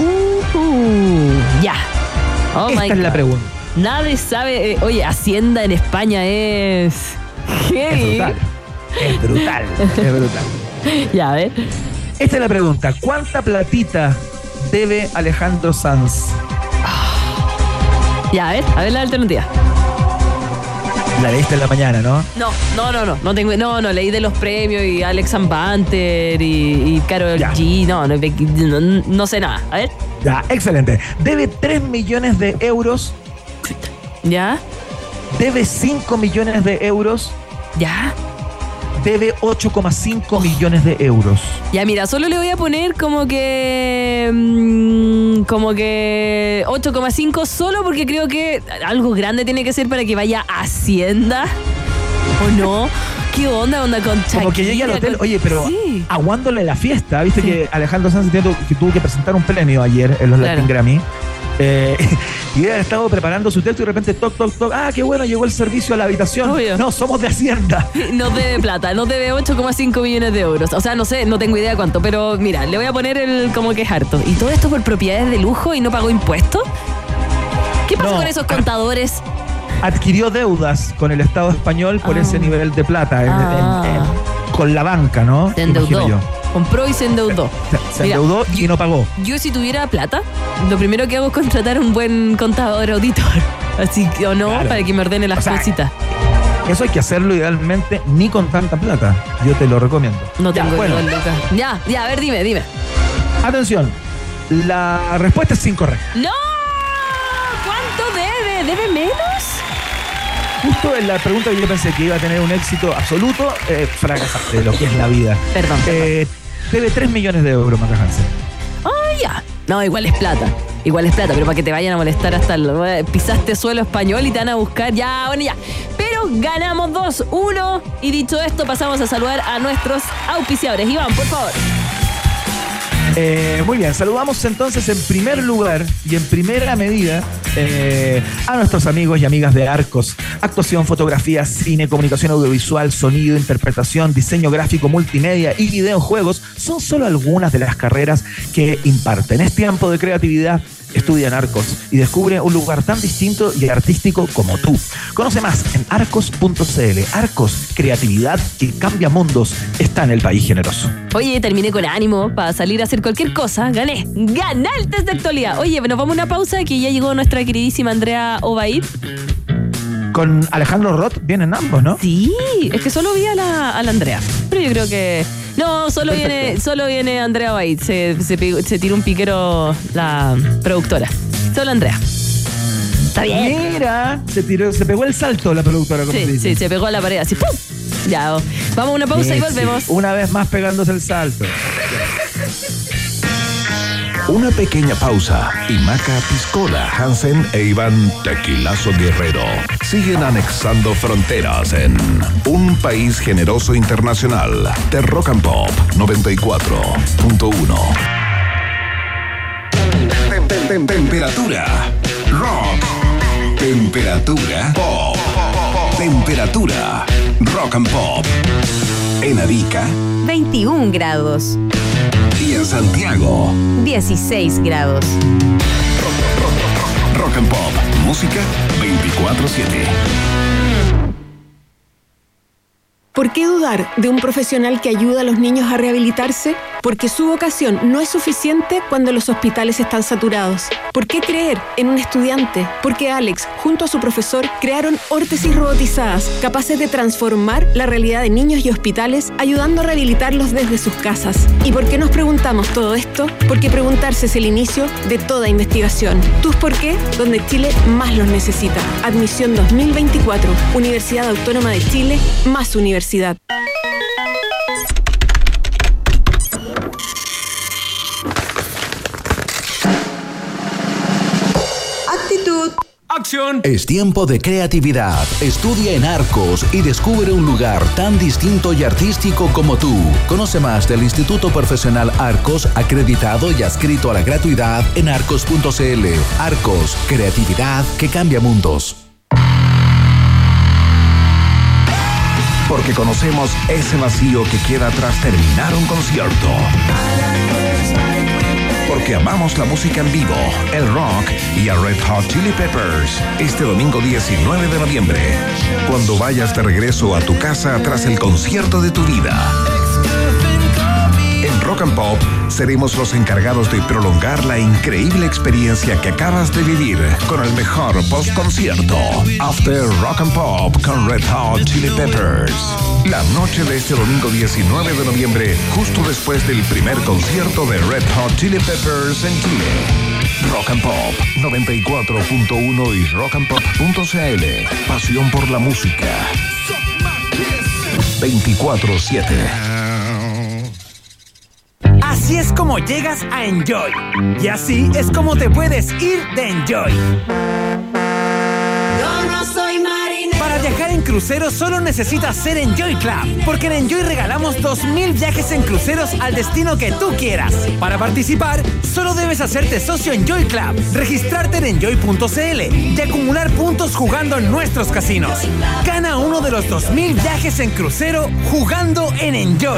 Uh, ya. Oh
Esta
my
es la
God.
pregunta.
Nadie sabe. eh, oye, Hacienda en España es.
Es
heavy.
brutal. Es brutal. Es brutal.
Ya, a ver.
Esta es la pregunta. ¿Cuánta platita debe Alejandro Sanz?
Ya, a ver, a ver la alternativa.
La leíste en la mañana, ¿no?
No, no, no, no. No, tengo, no, no, leí de los premios y Alex Banter y, y Karol
Ya.
G. No, no, no, no sé nada. A ver.
Ya, excelente. Debe tres millones de euros.
Ya,
Debe cinco millones de euros.
ya.
Debe ocho coma cinco millones de euros.
Ya, mira, solo le voy a poner como que. mm, como que. ocho coma cinco solo porque creo que algo grande tiene que ser para que vaya a Hacienda. ¿O no? ¿Qué onda? Onda con Shakira.
Como que llegue al hotel,
con-
oye, pero
Sí.
aguándole la fiesta. Viste
Sí.
que Alejandro Sanz tuvo, que tuvo que presentar un premio ayer en los
Claro.
Latin Grammy. Eh, y había estado preparando su texto y de repente toc, toc, toc. Ah, qué bueno, llegó el servicio a la habitación.
Obvio.
No, somos de Hacienda.
Nos debe plata, nos debe ocho coma cinco millones de euros. O sea, no sé, no tengo idea cuánto, pero mira, le voy a poner el como que es harto. ¿Y todo esto por propiedades de lujo y no pagó impuestos? ¿Qué pasa
No.
con esos contadores?
Adquirió deudas con el Estado español por
Ah.
ese nivel de plata, en-
Ah.
en- en- con la banca, ¿no?
Se
Imagino
endeudó.
yo.
Compró y se endeudó.
Se, se
Mira,
endeudó y no pagó.
Yo si tuviera plata, lo primero que hago es contratar un buen contador auditor. Así que, o no,
Claro.
para que me ordene las
O sea,
cositas.
Eso hay que hacerlo idealmente ni con tanta plata. Yo te lo recomiendo.
No
Ya,
tengo
bueno,
ni dos lucas. Ya, ya, a ver, dime, dime.
atención. La respuesta es incorrecta.
¡No! ¿Cuánto debe? ¿Debe menos?
Justo en la pregunta que yo pensé que iba a tener un éxito absoluto, eh, fracasaste de lo que es la vida.
Perdón. perdón.
Eh, debe tres millones de euros, Maca Hansen.
Ah, ya. No, igual es plata. Igual es plata, pero para que te vayan a molestar hasta el, eh, pisaste suelo español y te van a buscar. Ya, bueno, ya. Pero ganamos dos uno. Y dicho esto, pasamos a saludar a nuestros auspiciadores. Iván, por favor.
Eh, muy bien, saludamos entonces en primer lugar y en primera medida eh, a nuestros amigos y amigas de Arcos. Actuación, fotografía, cine, comunicación audiovisual, sonido, interpretación, diseño gráfico, multimedia y videojuegos son solo algunas de las carreras que imparten. Es tiempo de creatividad. Estudia en Arcos y descubre un lugar tan distinto y artístico como tú. Conoce más en arcos punto c l. Arcos, creatividad que cambia mundos, está en el país generoso.
Oye, terminé con ánimo para salir a hacer cualquier cosa. Gané. Gané el test de actualidad. Oye, nos vamos a una pausa que ya llegó nuestra queridísima Andrea Obaid.
Con Alejandro Roth vienen ambos, ¿no?
Sí, es que solo vi a la, a la Andrea. Pero yo creo que, No, solo viene, solo viene Andrea Bait. Se, se, pegó- se tiró un piquero la productora. Solo Andrea. Está bien.
Mira, se tiró, se pegó el salto la productora, como se
Sí,
dice.
sí, se pegó a la pared así. ¡Pum! Ya, oh. Vamos a una pausa y
Sí,
volvemos.
sí. Una vez más pegándose el salto.
Una pequeña pausa y Maca Piscola, Hansen e Iván Tequilazo Guerrero siguen anexando fronteras en un país generoso internacional de Rock and Pop noventa y cuatro punto uno. Tem- tem- tem- Temperatura rock. Temperatura pop. Temperatura rock and pop. En Arica
veintiún grados.
y en Santiago.
dieciséis grados.
Rock and Pop. Música veinticuatro siete.
¿Por qué dudar de un profesional que ayuda a los niños a rehabilitarse? Porque su vocación no es suficiente cuando los hospitales están saturados. ¿Por qué creer en un estudiante? Porque Alex, junto a su profesor, crearon órtesis robotizadas capaces de transformar la realidad de niños y hospitales, ayudando a rehabilitarlos desde sus casas. ¿Y por qué nos preguntamos todo esto? Porque preguntarse es el inicio de toda investigación. ¿Tus por qué? Donde Chile más los necesita. Admisión dos mil veinticuatro. Universidad Autónoma de Chile, más universidad.
Actitud.
¡Acción!
Es tiempo de creatividad. Estudia en Arcos y descubre un lugar tan distinto y artístico como tú. Conoce más del Instituto Profesional Arcos, acreditado y adscrito a la gratuidad en arcos punto cl. Arcos, creatividad que cambia mundos.
Porque conocemos ese vacío que queda tras terminar un concierto. Porque amamos la música en vivo, el rock y a Red Hot Chili Peppers. Este domingo diecinueve de noviembre, cuando vayas de regreso a tu casa tras el concierto de tu vida. En Rock and Pop seremos los encargados de prolongar la increíble experiencia que acabas de vivir con el mejor post-concierto. After Rock and Pop con Red Hot Chili Peppers. La noche de este domingo diecinueve de noviembre, justo después del primer concierto de Red Hot Chili Peppers en Chile. Rock and Pop noventa y cuatro punto uno y rock and pop punto cl. Pasión por la música. veinticuatro siete.
Así es como llegas a Enjoy. Y así es como te puedes ir de Enjoy.
Yo no soy marinero.
Para viajar en crucero solo necesitas ser Enjoy Club, porque en Enjoy regalamos dos mil viajes en cruceros al destino que tú quieras. Para participar, solo debes hacerte socio Enjoy Club, registrarte en enjoy punto cl y acumular puntos jugando en nuestros casinos. Gana uno de los dos mil viajes en crucero jugando en Enjoy.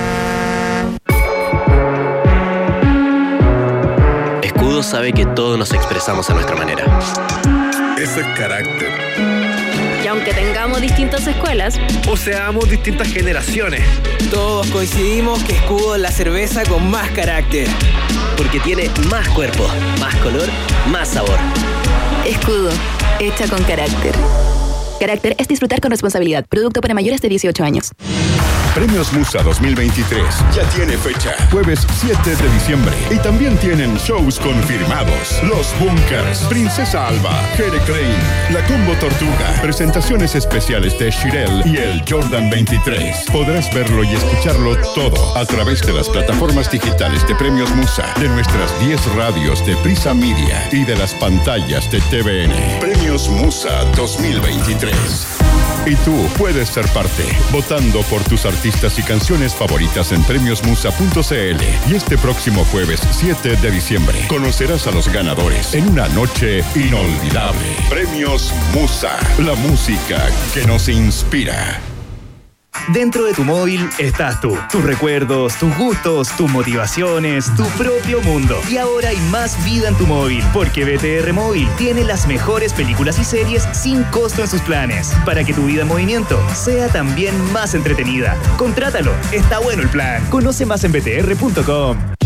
Escudo sabe que todos nos expresamos a nuestra manera.
Ese carácter.
Y aunque tengamos distintas escuelas,
O seamos distintas generaciones.
Todos coincidimos que Escudo es la cerveza con más carácter.
Porque tiene más cuerpo, más color, más sabor.
Escudo, hecha con carácter. Carácter es disfrutar con responsabilidad. Producto para mayores de dieciocho años.
Premios Musa dos mil veintitrés ya tiene fecha, jueves siete de diciembre. Y también tienen shows confirmados. Los Bunkers, Princesa Alba, Jere Crane, La Combo Tortuga, presentaciones especiales de Shirel y el Jordan veintitrés. Podrás verlo y escucharlo todo a través de las plataformas digitales de Premios Musa, de nuestras diez radios de Prisa Media y de las pantallas de T V N. Premios Musa dos mil veintitrés. Y tú puedes ser parte, votando por tus artistas y canciones favoritas en premios musa punto cl. Y este próximo jueves siete de diciembre conocerás a los ganadores en una noche inolvidable. Premios Musa, la música que nos inspira.
Dentro de tu móvil estás tú, tus recuerdos, tus gustos, tus motivaciones, tu propio mundo. Y ahora hay más vida en tu móvil, porque B T R Móvil tiene las mejores películas y series sin costo en sus planes, para que tu vida en movimiento sea también más entretenida. Contrátalo, está bueno el plan. Conoce más en b t r punto com.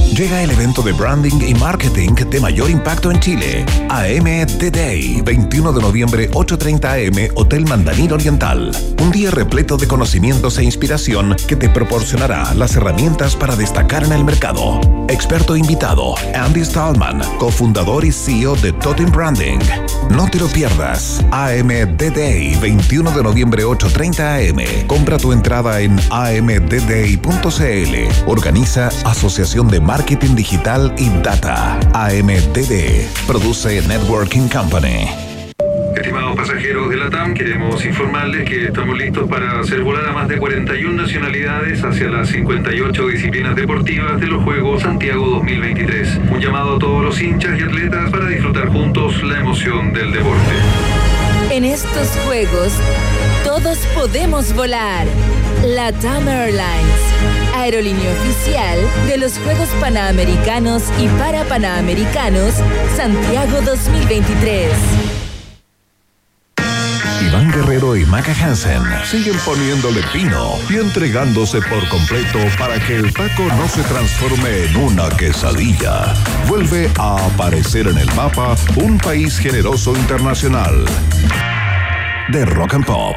Llega el evento de branding y marketing de mayor impacto en Chile. A M The Day, veintiuno de noviembre, ocho treinta a eme, Hotel Mandarín Oriental. Un día repleto de conocimientos e inspiración que te proporcionará las herramientas para destacar en el mercado. Experto invitado, Andy Stallman, cofundador y C E O de Totem Branding. No te lo pierdas. A M The Day, veintiuno de noviembre, ocho treinta a eme. Compra tu entrada en a m d day punto c l. Organiza Asociación de Marketing Digital y Data. A M D D. Produce Networking Company.
Estimados pasajeros de LATAM, queremos informarles que estamos listos para hacer volar a más de cuarenta y una nacionalidades hacia las cincuenta y ocho disciplinas deportivas de los Juegos Santiago dos mil veintitrés. Un llamado a todos los hinchas y atletas para disfrutar juntos la emoción del deporte.
En estos Juegos, todos podemos volar. LATAM Airlines, aerolínea oficial de los Juegos Panamericanos y Parapanamericanos Santiago dos mil veintitrés.
Iván Guerrero y Maca Hansen siguen poniéndole pino y entregándose por completo para que el taco no se transforme en una quesadilla. Vuelve a aparecer en el mapa un país generoso internacional de Rock and Pop.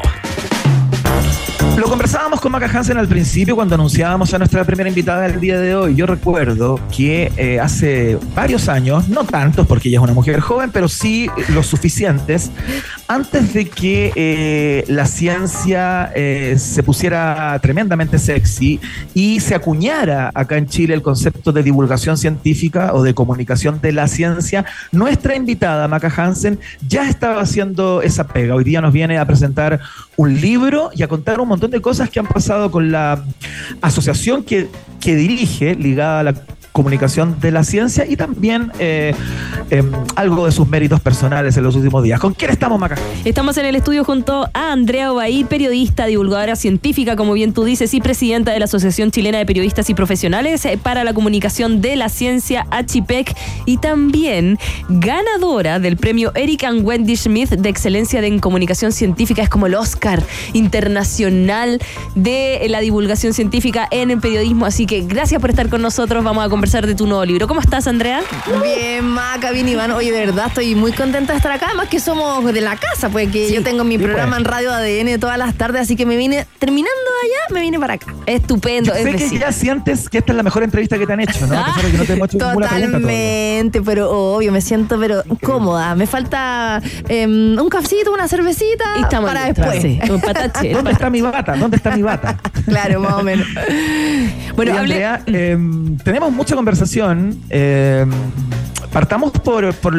Lo conversábamos con Maca Hansen al principio cuando anunciábamos a nuestra primera invitada del día de hoy. Yo recuerdo que eh, hace varios años, no tantos porque ella es una mujer joven, pero sí los suficientes, antes de que eh, la ciencia eh, se pusiera tremendamente sexy y se acuñara acá en Chile el concepto de divulgación científica o de comunicación de la ciencia, nuestra invitada, Maca Hansen, ya estaba haciendo esa pega. Hoy día nos viene a presentar un libro y a contar un montón de cosas que han pasado con la asociación que, que dirige, ligada a la comunicación de la ciencia, y también eh, eh, algo de sus méritos personales en los últimos días. ¿Con quién estamos, Maca?
Estamos en el estudio junto a Andrea Obaid, periodista, divulgadora científica, como bien tú dices, y presidenta de la Asociación Chilena de Periodistas y Profesionales para la Comunicación de la Ciencia, ACHIPEC, y también ganadora del premio Eric and Wendy Schmidt de Excelencia en Comunicación Científica. Es como el Oscar internacional de la divulgación científica en el periodismo. Así que gracias por estar con nosotros. Vamos a conversar de tu nuevo libro. ¿Cómo estás, Andrea?
Bien, Maca, bien, Iván. Oye, de verdad estoy muy contenta de estar acá. Además que somos de la casa, pues que sí, yo tengo mi sí, programa pues. en Radio A D N todas las tardes, así que me vine, terminando de allá, me vine para acá.
Estupendo.
Yo sé
es
que ya sientes que esta es la mejor entrevista que te han hecho, ¿no? A pesar de que no te hemos hecho ninguna pregunta
Totalmente, pero obvio, me siento pero cómoda. Me falta eh, un cafecito, una cervecita
y estamos
para
listos,
después.
Sí, un patache.
¿Dónde está mi bata? ¿Dónde está mi bata?
Claro, más o menos.
Bueno, y Andrea, eh, tenemos mucha conversación. Eh, partamos por, por,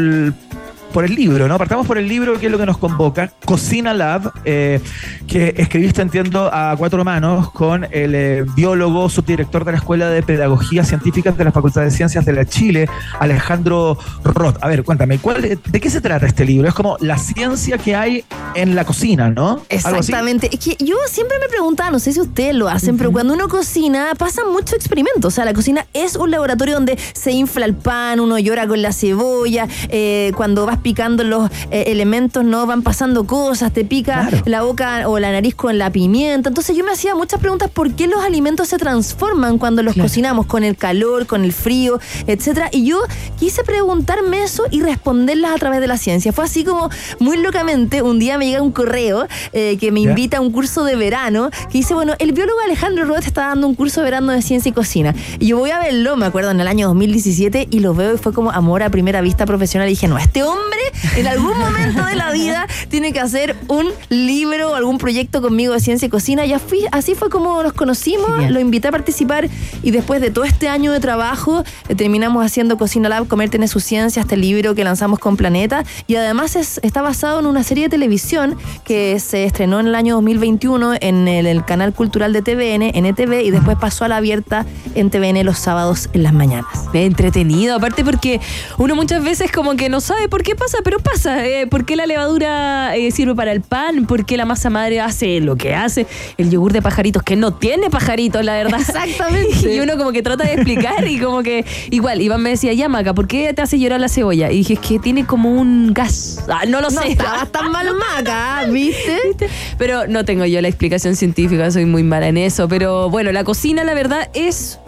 por el libro, ¿no? Partamos por el libro, que es lo que nos convoca, Cocina Lab, eh, que escribiste, entiendo, a cuatro manos con el eh, biólogo, subdirector de la Escuela de Pedagogía Científica de la Facultad de Ciencias de la Chile, Alejandro Roth. A ver, cuéntame, ¿cuál, ¿de qué se trata este libro? Es como la ciencia que hay en la cocina, ¿no?
Exactamente. Es que yo siempre me preguntaba, no sé si ustedes lo hacen, uh-huh. pero cuando uno cocina pasan muchos experimentos. O sea, la cocina es un laboratorio donde se infla el pan, uno llora con la cebolla, eh, cuando vas picando los eh, elementos, no van pasando cosas, te pica claro. la boca o la nariz con la pimienta. Entonces yo me hacía muchas preguntas, ¿por qué los alimentos se transforman cuando los claro. cocinamos? Con el calor, con el frío, etcétera. Y yo quise preguntarme eso y responderlas a través de la ciencia. Fue así como, muy locamente, un día me llega un correo eh, que me invita a un curso de verano, que dice, bueno, el biólogo Alejandro Roth está dando un curso de verano de ciencia y cocina. Y yo voy a verlo, me acuerdo, en el año dos mil diecisiete, y lo veo y fue como amor a primera vista profesional. Y dije, no, este hombre en algún momento de la vida tiene que hacer un libro o algún proyecto conmigo de ciencia y cocina. Ya fui, así fue como nos conocimos, Genial. Lo invité a participar, y después de todo este año de trabajo eh, terminamos haciendo Cocina Lab, Comer tiene su ciencia, este libro que lanzamos con Planeta, y además es, está basado en una serie de televisión que se estrenó en el año dos mil veintiuno en el, el canal cultural de T V N, N T V, y después pasó a la abierta en T V N los sábados en las mañanas.
Entretenido, aparte porque uno muchas veces como que no sabe por qué pasa, pero pasa, eh, por qué la levadura eh, sirve para el pan, por qué la masa madre hace lo que hace, el yogur de pajaritos que no tiene pajaritos, la verdad.
Exactamente.
Y uno como que trata de explicar y como que igual, Iván me decía, ya Maca, ¿por qué te hace llorar la cebolla? Y dije, es que tiene como un gas. Ah, no lo
no
sé.
Estabas tan mal, Maca, ¿viste?
¿viste? Pero no tengo yo la explicación científica, soy muy mala en eso. Pero bueno, la cocina, la verdad, es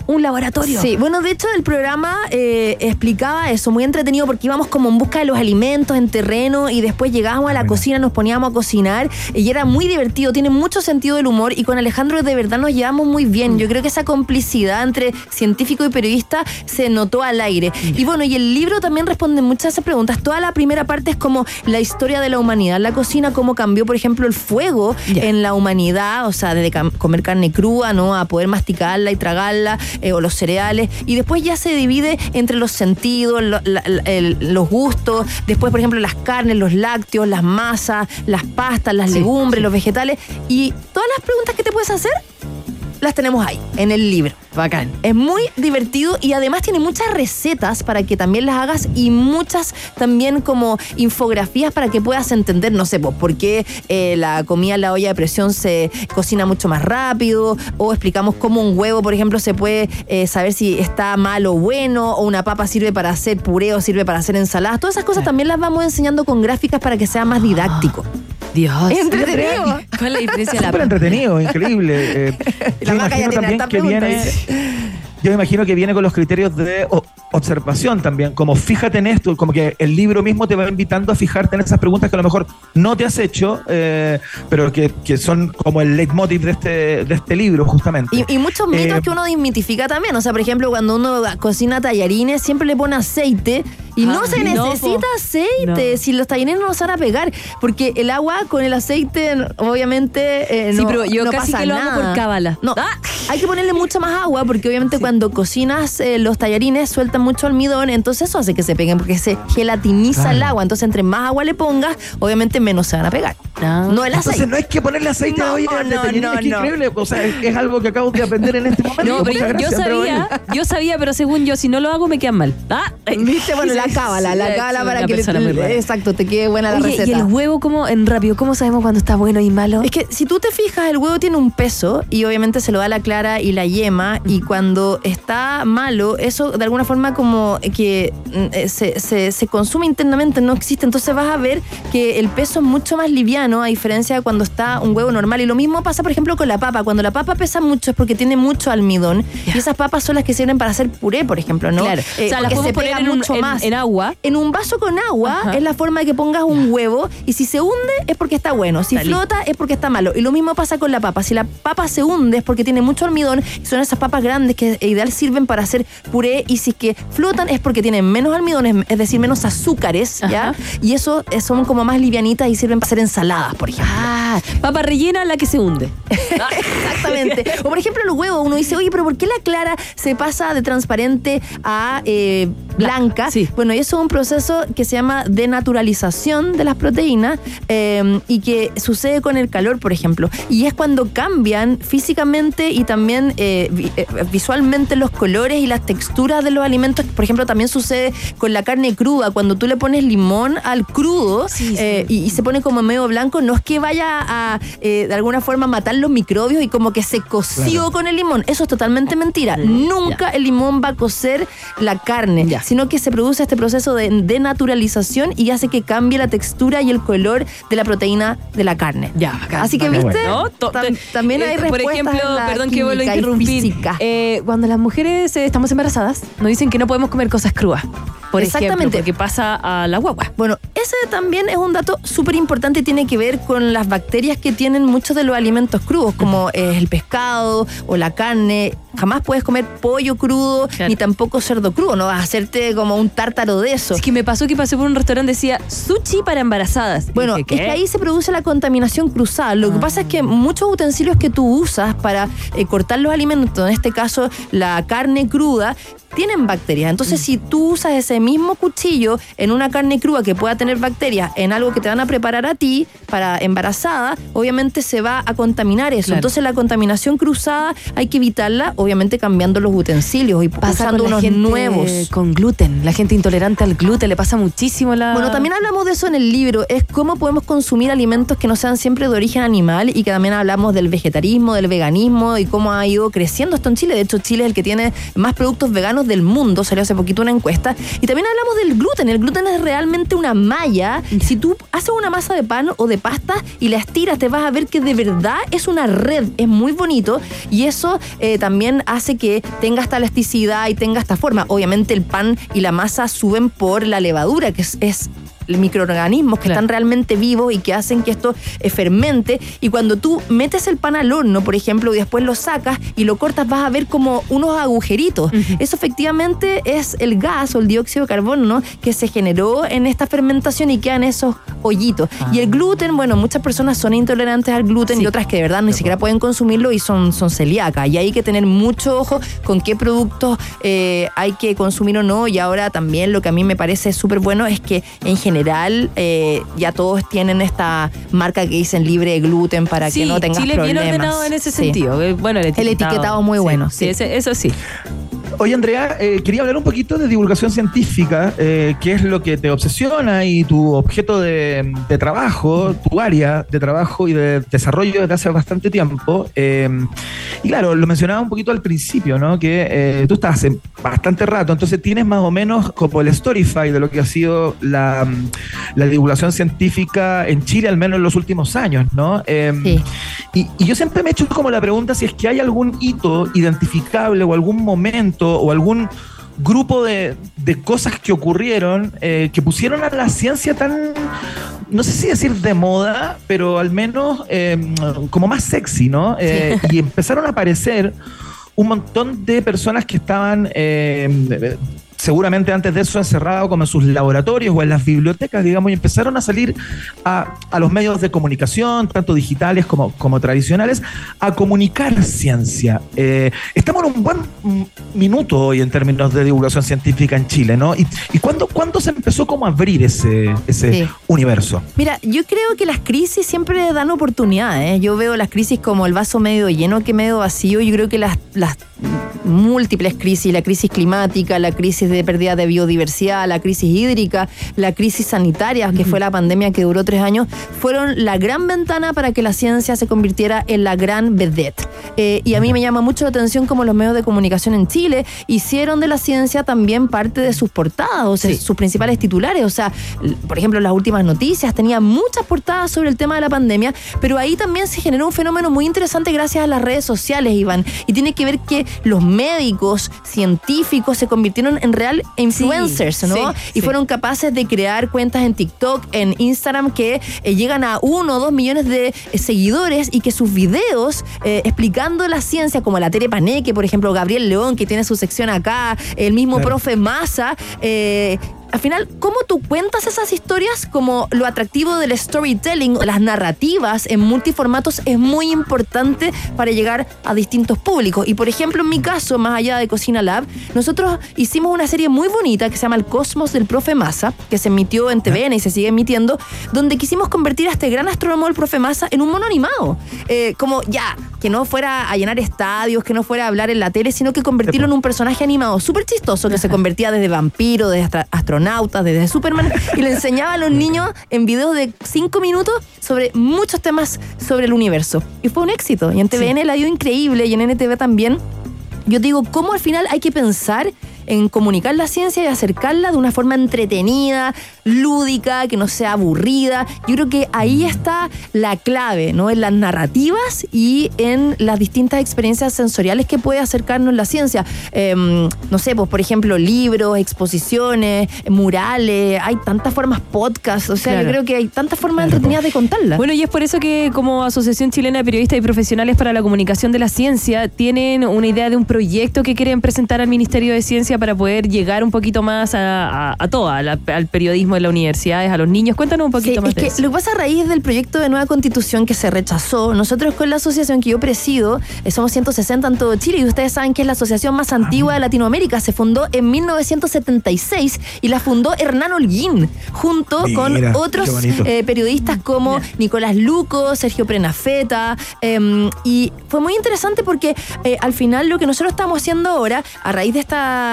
un laboratorio.
Sí, bueno, de hecho el programa eh, explicaba eso, muy entretenido, porque íbamos como en busca de los alimentos en terreno y después llegábamos a la cocina, nos poníamos a cocinar y era muy divertido, tiene mucho sentido del humor y con Alejandro de verdad nos llevamos muy bien. Yo creo que esa complicidad entre científico y periodista se notó al aire. Y bueno, y el libro también responde muchas de esas preguntas. Toda la primera parte es como la historia de la humanidad, la cocina, cómo cambió, por ejemplo, el fuego yeah. en la humanidad, o sea, desde comer carne cruda, ¿no? A poder masticarla y tragarla, eh, o los cereales. Y después ya se divide entre los sentidos, lo, la, el, los gustos. Después, por ejemplo, las carnes, los lácteos, las masas, las pastas, las sí, legumbres, sí. los vegetales. Y todas las preguntas que te puedes hacer las tenemos ahí, en el libro.
Bacán.
Es muy divertido y además tiene muchas recetas para que también las hagas y muchas también como infografías para que puedas entender, no sé, pues, por qué eh, la comida en la olla de presión se cocina mucho más rápido, o explicamos cómo un huevo, por ejemplo, se puede eh, saber si está malo o bueno, o una papa sirve para hacer puré o sirve para hacer ensaladas. Todas esas cosas también las vamos enseñando con gráficas para que sea más didáctico.
Dios.
Entretenido.
¿Cuál es la diferencia de la
Súper entretenido, increíble. Eh,
la vaca ya tiene harta pregunta,
viene, yo me imagino que viene con los criterios de o, observación también, como fíjate en esto, como que el libro mismo te va invitando a fijarte en esas preguntas que a lo mejor no te has hecho, eh, pero que, que son como el leitmotiv de este, de este libro, justamente.
Y, y muchos mitos
eh,
que uno desmitifica también. O sea, por ejemplo, cuando uno cocina tallarines, siempre le pone aceite. Y ah, no se no, necesita po. aceite, no. si los tallarines no se van a pegar, porque el agua con el aceite, obviamente, eh, no,
sí, pero yo
no
casi
pasa
que lo
nada.
hago por cábala.
No,
ah.
hay que ponerle mucha más agua, porque obviamente sí. cuando cocinas eh, los tallarines sueltan mucho almidón, entonces eso hace que se peguen, porque se gelatiniza claro. el agua. Entonces, entre más agua le pongas, obviamente menos se van a pegar.
No,
no el aceite.
Entonces no hay que ponerle aceite
no,
a olla
no,
de tallarines,
no,
es que
no.
increíble. O sea, es, es algo que acabo de aprender en este momento.
No, pero yo,
gracias,
yo sabía, yo sabía, pero según yo, si no lo hago, me quedan mal. Ah,
¿viste? Bueno, la cábala, la cábala para que le, exacto, te quede buena la
Oye,
receta.
¿y el huevo cómo, en rápido, cómo sabemos cuando está bueno y malo?
Es que si tú te fijas, el huevo tiene un peso y obviamente se lo da la clara y la yema, y cuando está malo, eso de alguna forma como que eh, se, se, se consume internamente, no existe. Entonces vas a ver que el peso es mucho más liviano a diferencia de cuando está un huevo normal. Y lo mismo pasa, por ejemplo, con la papa. Cuando la papa pesa mucho es porque tiene mucho almidón, yeah. y esas papas son las que sirven para hacer puré, por ejemplo, ¿no?
Claro.
Eh,
o sea, las podemos poner en, mucho un, más. En, en agua.
En un vaso con agua. Ajá. Es la forma de que pongas un yeah. huevo, y si se hunde es porque está bueno, si está flota listo. Es porque está malo. Y lo mismo pasa con la papa. Si la papa se hunde es porque tiene mucho almidón, y son esas papas grandes que ideal sirven para hacer puré, y si es que flotan es porque tienen menos almidones, es decir, menos azúcares, ¿ya? Ajá. Y eso son como más livianitas y sirven para hacer ensaladas, por ejemplo.
Ah, papa rellena la que se hunde.
Exactamente. O por ejemplo los huevos, uno dice, oye, pero ¿por qué la clara se pasa de transparente a eh, blanca?
Sí.
Bueno, y eso es un proceso que se llama denaturalización de las proteínas, eh, y que sucede con el calor, por ejemplo. Y es cuando cambian físicamente y también eh, vi, eh, visualmente los colores y las texturas de los alimentos. Por ejemplo, también sucede con la carne cruda. Cuando tú le pones limón al crudo, sí, eh, sí. Y, y se pone como medio blanco, no es que vaya a eh, de alguna forma matar los microbios y como que se coció claro. con el limón. Eso es totalmente mentira. Mm, Nunca ya. el limón va a cocer la carne, ya. sino que se produce este proceso de denaturalización y hace que cambie la textura y el color de la proteína de la carne.
Ya, acá,
Así que,
acá,
¿viste?
Bueno. No,
Tam, también hay
eh,
respuestas.
Por ejemplo,
en la
perdón que vuelvo a interrumpir. Eh, cuando las mujeres eh, estamos embarazadas, nos dicen que no podemos comer cosas crudas. Por
Exactamente.
Ejemplo, porque pasa a la guagua.
Bueno, ese también es un dato súper importante y tiene que ver con las bacterias que tienen muchos de los alimentos crudos, como eh, el pescado o la carne. Jamás puedes comer pollo crudo, claro. ni tampoco cerdo crudo. No vas a hacerte como un tártaro de eso.
Es que me pasó que pasé por un restaurante y decía sushi para embarazadas.
Bueno, dije, es que ahí se produce la contaminación cruzada. Lo ah. que pasa es que muchos utensilios que tú usas para eh, cortar los alimentos, en este caso la carne cruda, tienen bacterias. Entonces, mm. si tú usas ese mismo cuchillo en una carne cruda que pueda tener bacterias en algo que te van a preparar a ti para embarazada, obviamente se va a contaminar eso. Claro. Entonces, la contaminación cruzada hay que evitarla, obviamente cambiando los utensilios y
pasa
usando
con
unos
gente
nuevos.
Con gluten. La gente intolerante al gluten le pasa muchísimo la...
Bueno, también hablamos de eso en el libro. Es cómo podemos consumir alimentos que no sean siempre de origen animal, y que también hablamos del vegetarismo, del veganismo y cómo ha ido creciendo esto en Chile. De hecho, Chile es el que tiene más productos veganos del mundo. Salió hace poquito una encuesta. Y también hablamos del gluten. El gluten es realmente una malla. Si tú haces una masa de pan o de pasta y la estiras, te vas a ver que de verdad es una red. Es muy bonito y eso eh, también hace que tenga esta elasticidad y tenga esta forma. Obviamente el pan y la masa suben por la levadura, que es... es microorganismos que claro. están realmente vivos y que hacen que esto eh, fermente, y cuando tú metes el pan al horno, por ejemplo, y después lo sacas y lo cortas, vas a ver como unos agujeritos. Uh-huh. Eso efectivamente es el gas o el dióxido de carbono, ¿no? Que se generó en esta fermentación y quedan esos hoyitos. Ah. Y el gluten, bueno, muchas personas son intolerantes al gluten sí. y otras que de verdad ni siquiera pueden consumirlo y son, son celíacas, y hay que tener mucho ojo con qué productos eh, hay que consumir o no. Y ahora también lo que a mí me parece súper bueno es que en general general eh, ya todos tienen esta marca que dicen libre de gluten para
sí,
que no tengas
Chile
problemas.
Bien ordenado en ese
sí.
sentido. Bueno, el etiquetado,
el etiquetado muy
sí,
bueno.
Sí, sí. Ese, eso sí.
Oye, Andrea, eh, quería hablar un poquito de divulgación científica, eh, que es lo que te obsesiona y tu objeto de, de trabajo, tu área de trabajo y de desarrollo desde hace bastante tiempo. Eh, y claro, lo mencionaba un poquito al principio, ¿no? Que eh, tú estás hace bastante rato, entonces tienes más o menos como el Storify de lo que ha sido la, la divulgación científica en Chile, al menos en los últimos años, ¿no? Eh, sí. y, y yo siempre me he hecho como la pregunta si es que hay algún hito identificable o algún momento o algún grupo de, de cosas que ocurrieron eh, que pusieron a la ciencia tan, no sé si decir de moda, pero al menos eh, como más sexy, ¿no? Eh, sí. Y empezaron a aparecer un montón de personas que estaban eh, seguramente antes de eso encerrado como en sus laboratorios o en las bibliotecas, digamos, y empezaron a salir a, a los medios de comunicación, tanto digitales como, como tradicionales, a comunicar ciencia. Eh, estamos en un buen minuto hoy en términos de divulgación científica en Chile, ¿no? ¿Y, y cuándo, cuándo se empezó como a abrir ese, ese sí. universo?
Mira, yo creo que las crisis siempre dan oportunidades, ¿eh? Yo veo las crisis como el vaso medio lleno que medio vacío. Yo creo que las, las múltiples crisis, la crisis climática, la crisis de pérdida de biodiversidad, la crisis hídrica, la crisis sanitaria, que uh-huh. fue la pandemia que duró tres años, fueron la gran ventana para que la ciencia se convirtiera en la gran vedette. Eh, y a mí me llama mucho la atención cómo los medios de comunicación en Chile hicieron de la ciencia también parte de sus portadas, o sea, sí. sus principales titulares. O sea, por ejemplo, las últimas noticias tenían muchas portadas sobre el tema de la pandemia, pero ahí también se generó un fenómeno muy interesante gracias a las redes sociales, Iván, y tiene que ver que los médicos, científicos se convirtieron en real influencers, sí, ¿no? Sí, y sí. fueron capaces de crear cuentas en TikTok, en Instagram, que eh, llegan a uno o dos millones de eh, seguidores, y que sus videos eh, explicando la ciencia, como la Tere Paneque, por ejemplo, Gabriel León, que tiene su sección acá, el mismo claro. profe Massa, eh, al final, ¿cómo tú cuentas esas historias? Como lo atractivo del storytelling, las narrativas en multiformatos, es muy importante para llegar a distintos públicos. Y por ejemplo, en mi caso, más allá de Cocina Lab, nosotros hicimos una serie muy bonita que se llama El Cosmos del Profe Massa, que se emitió en T V N y se sigue emitiendo, donde quisimos convertir a este gran astrónomo del Profe Massa en un mono animado. Eh, como ya, que no fuera a llenar estadios, que no fuera a hablar en la tele, sino que convertirlo en un personaje animado súper chistoso, que se convertía desde vampiro, desde astra- astronauta, desde Superman, y le enseñaba a los niños en videos de cinco minutos sobre muchos temas sobre el universo. Y fue un éxito. Y en T V N sí. la dio increíble, y en N T V también. Yo digo, ¿cómo al final hay que pensar en comunicar la ciencia y acercarla de una forma entretenida, lúdica, que no sea aburrida? Yo creo que ahí está la clave, ¿no? En las narrativas y en las distintas experiencias sensoriales que puede acercarnos la ciencia. Eh, no sé, pues por ejemplo, libros, exposiciones, murales, hay tantas formas, podcasts, o sea, claro. yo creo que hay tantas formas claro. entretenidas de contarla.
Bueno, y es por eso que como Asociación Chilena de Periodistas y Profesionales para la Comunicación de la Ciencia tienen una idea de un proyecto que quieren presentar al Ministerio de Ciencia para poder llegar un poquito más a, a, a todo, a la, al periodismo de las universidades, a los niños. Cuéntanos un poquito
sí,
más
es
de
que
eso.
Lo que pasa a raíz del proyecto de nueva constitución que se rechazó, nosotros con la asociación que yo presido, eh, somos ciento sesenta en todo Chile, y ustedes saben que es la asociación más antigua de Latinoamérica. Se fundó en mil novecientos setenta y seis y la fundó Hernán Holguín, junto Mira, con otros eh, periodistas como Mira. Nicolás Luco, Sergio Prenafeta, eh, y fue muy interesante porque eh, al final lo que nosotros estamos haciendo ahora, a raíz de esta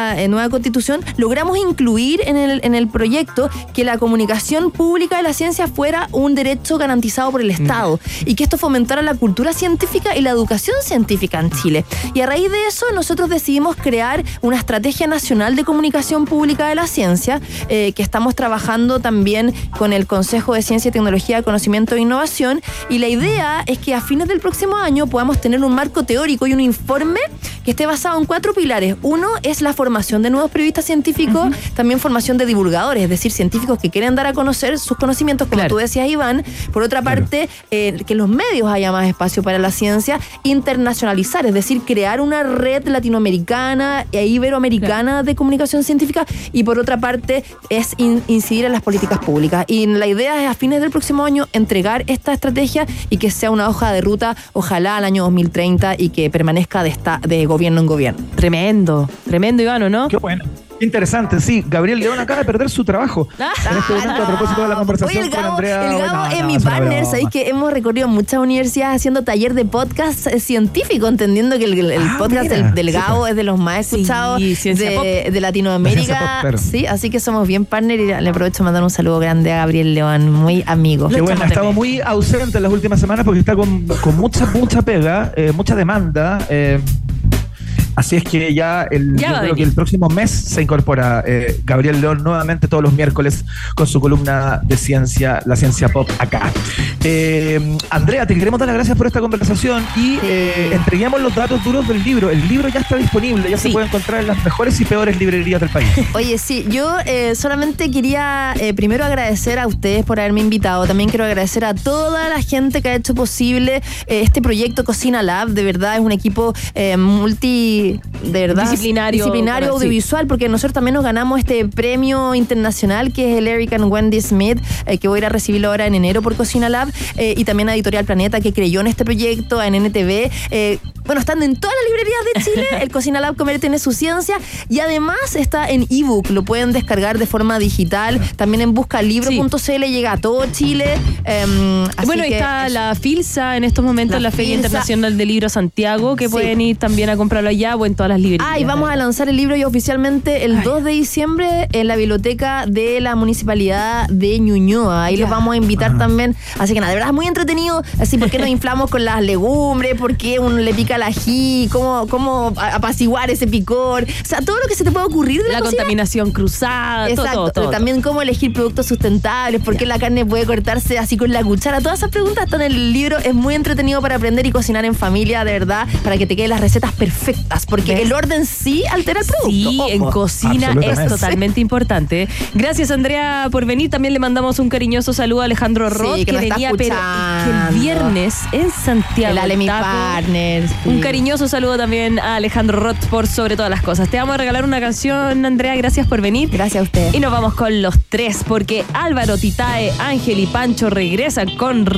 esta eh, nueva constitución, logramos incluir en el, en el proyecto que la comunicación pública de la ciencia fuera un derecho garantizado por el Estado mm. y que esto fomentara la cultura científica y la educación científica en Chile. Y a raíz de eso nosotros decidimos crear una estrategia nacional de comunicación pública de la ciencia eh, que estamos trabajando también con el Consejo de Ciencia y Tecnología, Conocimiento e Innovación, y la idea es que a fines del próximo año podamos tener un marco teórico y un informe que esté basado en cuatro pilares. Uno es la formación de nuevos periodistas científicos, uh-huh. también formación de divulgadores, es decir, científicos que quieren dar a conocer sus conocimientos, como claro. tú decías, Iván. Por otra parte, eh, que en los medios haya más espacio para la ciencia, internacionalizar, es decir, crear una red latinoamericana e iberoamericana claro. de comunicación científica, y por otra parte es in- incidir en las políticas públicas. Y la idea es a fines del próximo año entregar esta estrategia y que sea una hoja de ruta, ojalá al año dos mil treinta, y que permanezca de, esta, de gobierno en gobierno.
Tremendo, tremendo, Ivano, ¿no?
Qué bueno. Interesante, sí. Gabriel León acaba de perder su trabajo.
Ah,
en este momento,
no.
a propósito de la conversación
Oye, el
con
Gabo,
Andrea.
El Gabo
no,
es
no,
mi
es una
partner.
broma.
Sabéis que hemos recorrido muchas universidades haciendo taller de podcast científico, entendiendo que el, el
ah,
podcast
mira,
del, del
sí,
Gabo
pues.
es de los más escuchados
sí, ciencia
de,
pop.
de Latinoamérica.
Ciencia pop, claro.
Sí, así que somos bien partner, y le aprovecho a mandar un saludo grande a Gabriel León, muy amigo.
Qué bueno, ha estado muy ausente en las últimas semanas porque está con, con mucha, mucha pega, eh, mucha demanda. Eh, Así es que ya, el,
ya
yo creo que el próximo mes se incorpora eh, Gabriel León nuevamente todos los miércoles con su columna de ciencia, la ciencia pop acá. Eh, Andrea, te queremos dar las gracias por esta conversación y eh, entreguemos los datos duros del libro. El libro ya está disponible, ya sí. se puede encontrar en las mejores y peores librerías del país.
Oye, sí, yo eh, solamente quería eh, primero agradecer a ustedes por haberme invitado. También quiero agradecer a toda la gente que ha hecho posible eh, este proyecto Cocina Lab. De verdad, es un equipo eh, multi... de verdad
disciplinario,
disciplinario audiovisual, sí. porque nosotros también nos ganamos este premio internacional que es el Eric and Wendy Smith, eh, que voy a ir a recibirlo ahora en enero por Cocina Lab, eh, y también a Editorial Planeta, que creyó en este proyecto, en N T V. Eh, bueno, estando en todas las librerías de Chile, el Cocina Lab Comer tiene su ciencia, y además está en ebook, lo pueden descargar de forma digital, también en buscalibro punto c l, sí. llega a todo Chile. Eh, así
bueno, ahí está es, la FILSA en estos momentos, la, la Feria Filsa. Internacional del Libro Santiago, que sí. pueden ir también a comprarlo allá o en todas las librerías.
Ah, y vamos a lanzar el libro ya oficialmente el Ay. dos de diciembre en la biblioteca de la Municipalidad de Ñuñoa. Ahí ya. los vamos a invitar ah. también. Así que nada, de verdad es muy entretenido. Así, ¿por qué nos inflamos con las legumbres? ¿Por qué uno le pica el ají? ¿Cómo, cómo apaciguar ese picor? O sea, todo lo que se te pueda ocurrir de la,
la
cocina.
Contaminación cruzada.
Exacto.
Todo, todo, todo.
También cómo elegir productos sustentables, por qué la carne puede cortarse así con la cuchara. Todas esas preguntas están en el libro. Es muy entretenido para aprender y cocinar en familia, de verdad, para que te queden las recetas perfectas. Porque ¿ves? El orden sí altera el producto.
Sí,
Ojo.
En cocina es totalmente importante. Gracias, Andrea, por venir. También le mandamos un cariñoso saludo a Alejandro Roth, sí, que, que venía pero que el viernes en Santiago.
El Ale, mi partner. Sí.
Un cariñoso saludo también a Alejandro Roth por sobre todas las cosas. Te vamos a regalar una canción, Andrea. Gracias por venir.
Gracias a usted.
Y nos vamos con los tres, porque Álvaro, Titae, Ángel y Pancho regresan con